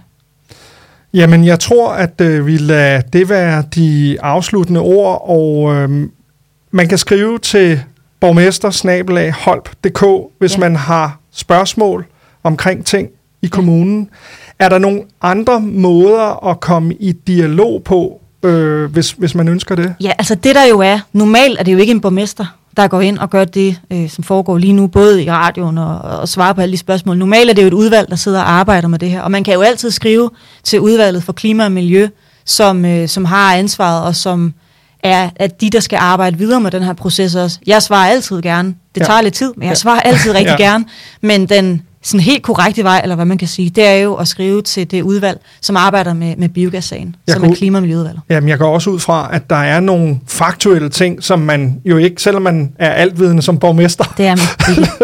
Jamen, jeg tror, at øh, vi lader det være de afsluttende ord, og øh, man kan skrive til borgmester snabel-a holp punktum d k, hvis ja. man har spørgsmål omkring ting i kommunen. Er der nogle andre måder at komme i dialog på, øh, hvis, hvis man ønsker det? Ja, altså det der jo er, normalt er det jo ikke en borgmester, der går ind og gør det, øh, som foregår lige nu, både i radioen og, og svarer på alle de spørgsmål. Normalt er det jo et udvalg, der sidder og arbejder med det her, og man kan jo altid skrive til udvalget for klima og miljø, som, øh, som har ansvaret, og som er at de, der skal arbejde videre med den her proces også. Jeg svarer altid gerne. Det ja. tager lidt tid, men jeg ja. svarer altid rigtig ja. gerne. Men den sådan helt korrekte vej, eller hvad man kan sige, det er jo at skrive til det udvalg, som arbejder med, med biogassagen, jeg som er klima- og miljøudvalget. Jamen, jeg går også ud fra, at der er nogle faktuelle ting, som man jo ikke, selvom man er altvidende som borgmester, det er man ikke.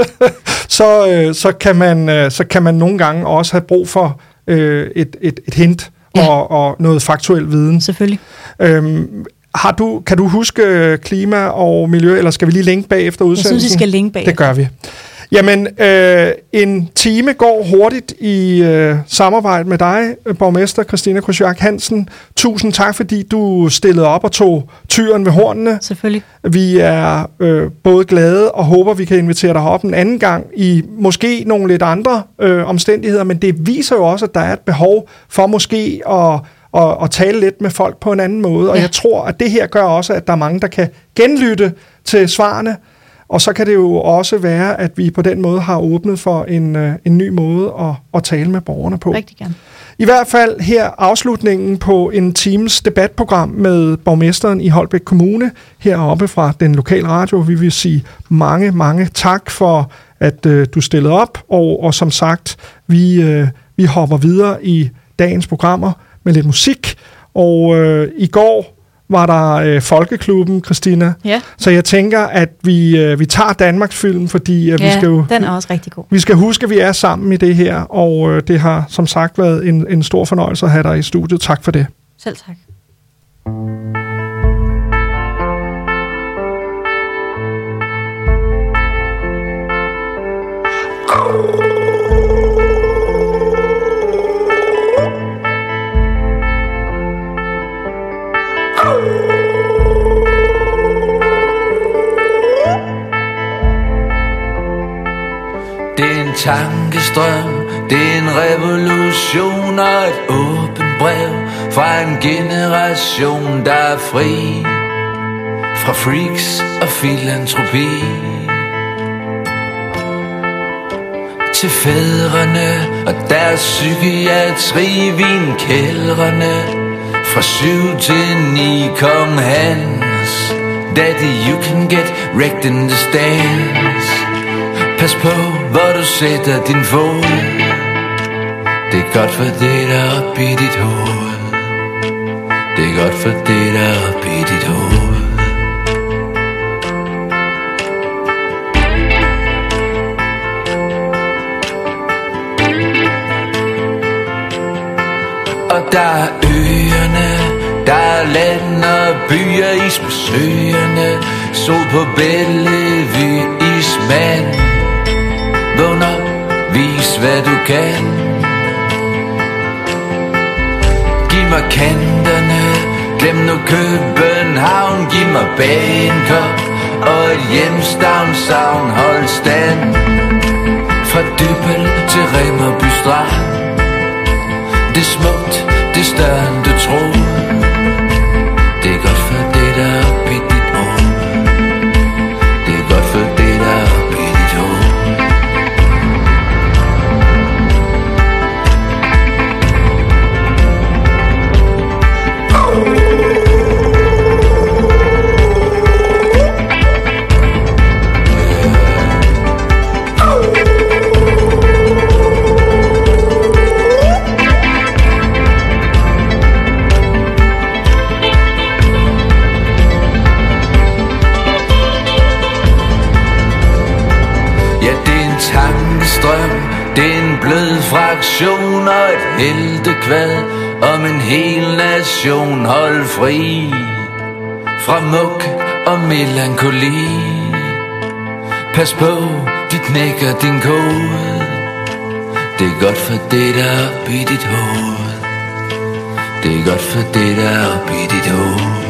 så, øh, så, kan man, øh, så kan man nogle gange også have brug for øh, et, et, et hint ja. og, og noget faktuel viden. Selvfølgelig. Øhm, Har du, kan du huske klima og miljø, eller skal vi lige linke bag efter udsendelsen? Jeg synes, vi skal linke bag. Det gør vi. Jamen, øh, en time går hurtigt i øh, samarbejde med dig, borgmester Christina Krusjak Hansen. Tusind tak, fordi du stillede op og tog tyren ved hornene. Selvfølgelig. Vi er øh, både glade og håber, vi kan invitere dig op en anden gang i måske nogle lidt andre øh, omstændigheder, men det viser jo også, at der er et behov for måske at Og, og tale lidt med folk på en anden måde. Og ja. jeg tror, at det her gør også, at der er mange, der kan genlytte til svarene. Og så kan det jo også være, at vi på den måde har åbnet for en, uh, en ny måde at, at tale med borgerne på. Rigtig gerne. I hvert fald her afslutningen på en times debatprogram med borgmesteren i Holbæk Kommune, heroppe fra den lokale radio. Vi vil sige mange, mange tak for, at uh, du stillede op. Og, og som sagt, vi, uh, vi hopper videre i dagens programmer med lidt musik, og øh, i går var der øh, Folkeklubben, Christina. Ja. Så jeg tænker, at vi, øh, vi tager Danmarks film, fordi øh, ja, vi skal jo, den er også rigtig god. Vi skal huske, at vi er sammen i det her, og øh, det har som sagt været en, en stor fornøjelse at have dig i studiet. Tak for det. Selv tak. Det er en tankestrøm, det er en revolution og et åbent brev fra en generation, der er fri fra freaks og filantropi. til fædrene og deres psykiatri, vinkældrene. Fra syv til ni, Kong Hans. Daddy, you can get wrecked in the stands. Pas på, hvor du sætter din fod. Det er godt for det, der er op i dit hoved. Det er godt for det, der er op i dit hoved. Og der er øerne, der er land og byer, is på søerne, sol på Bellevue, ismand. Vågn op, vis hvad du kan. Giv mig kanterne, glem nu København. Giv mig Bangkok og et hjemstavnsavn. Hold stand fra Dybbøl til Rimmerby Strand. Det er smukt, det er større end du tror. Det er godt for det, der er op i dit hoved. Det er godt for det, der er op i dit hoved. Det er en blød fraktion og et heltekvad om en hel nation. Hold fri fra muk og melankoli. Pas på, de knækker din kode. Det er godt for det, der er op i dit hoved. Det er godt for det, der er op i dit hoved.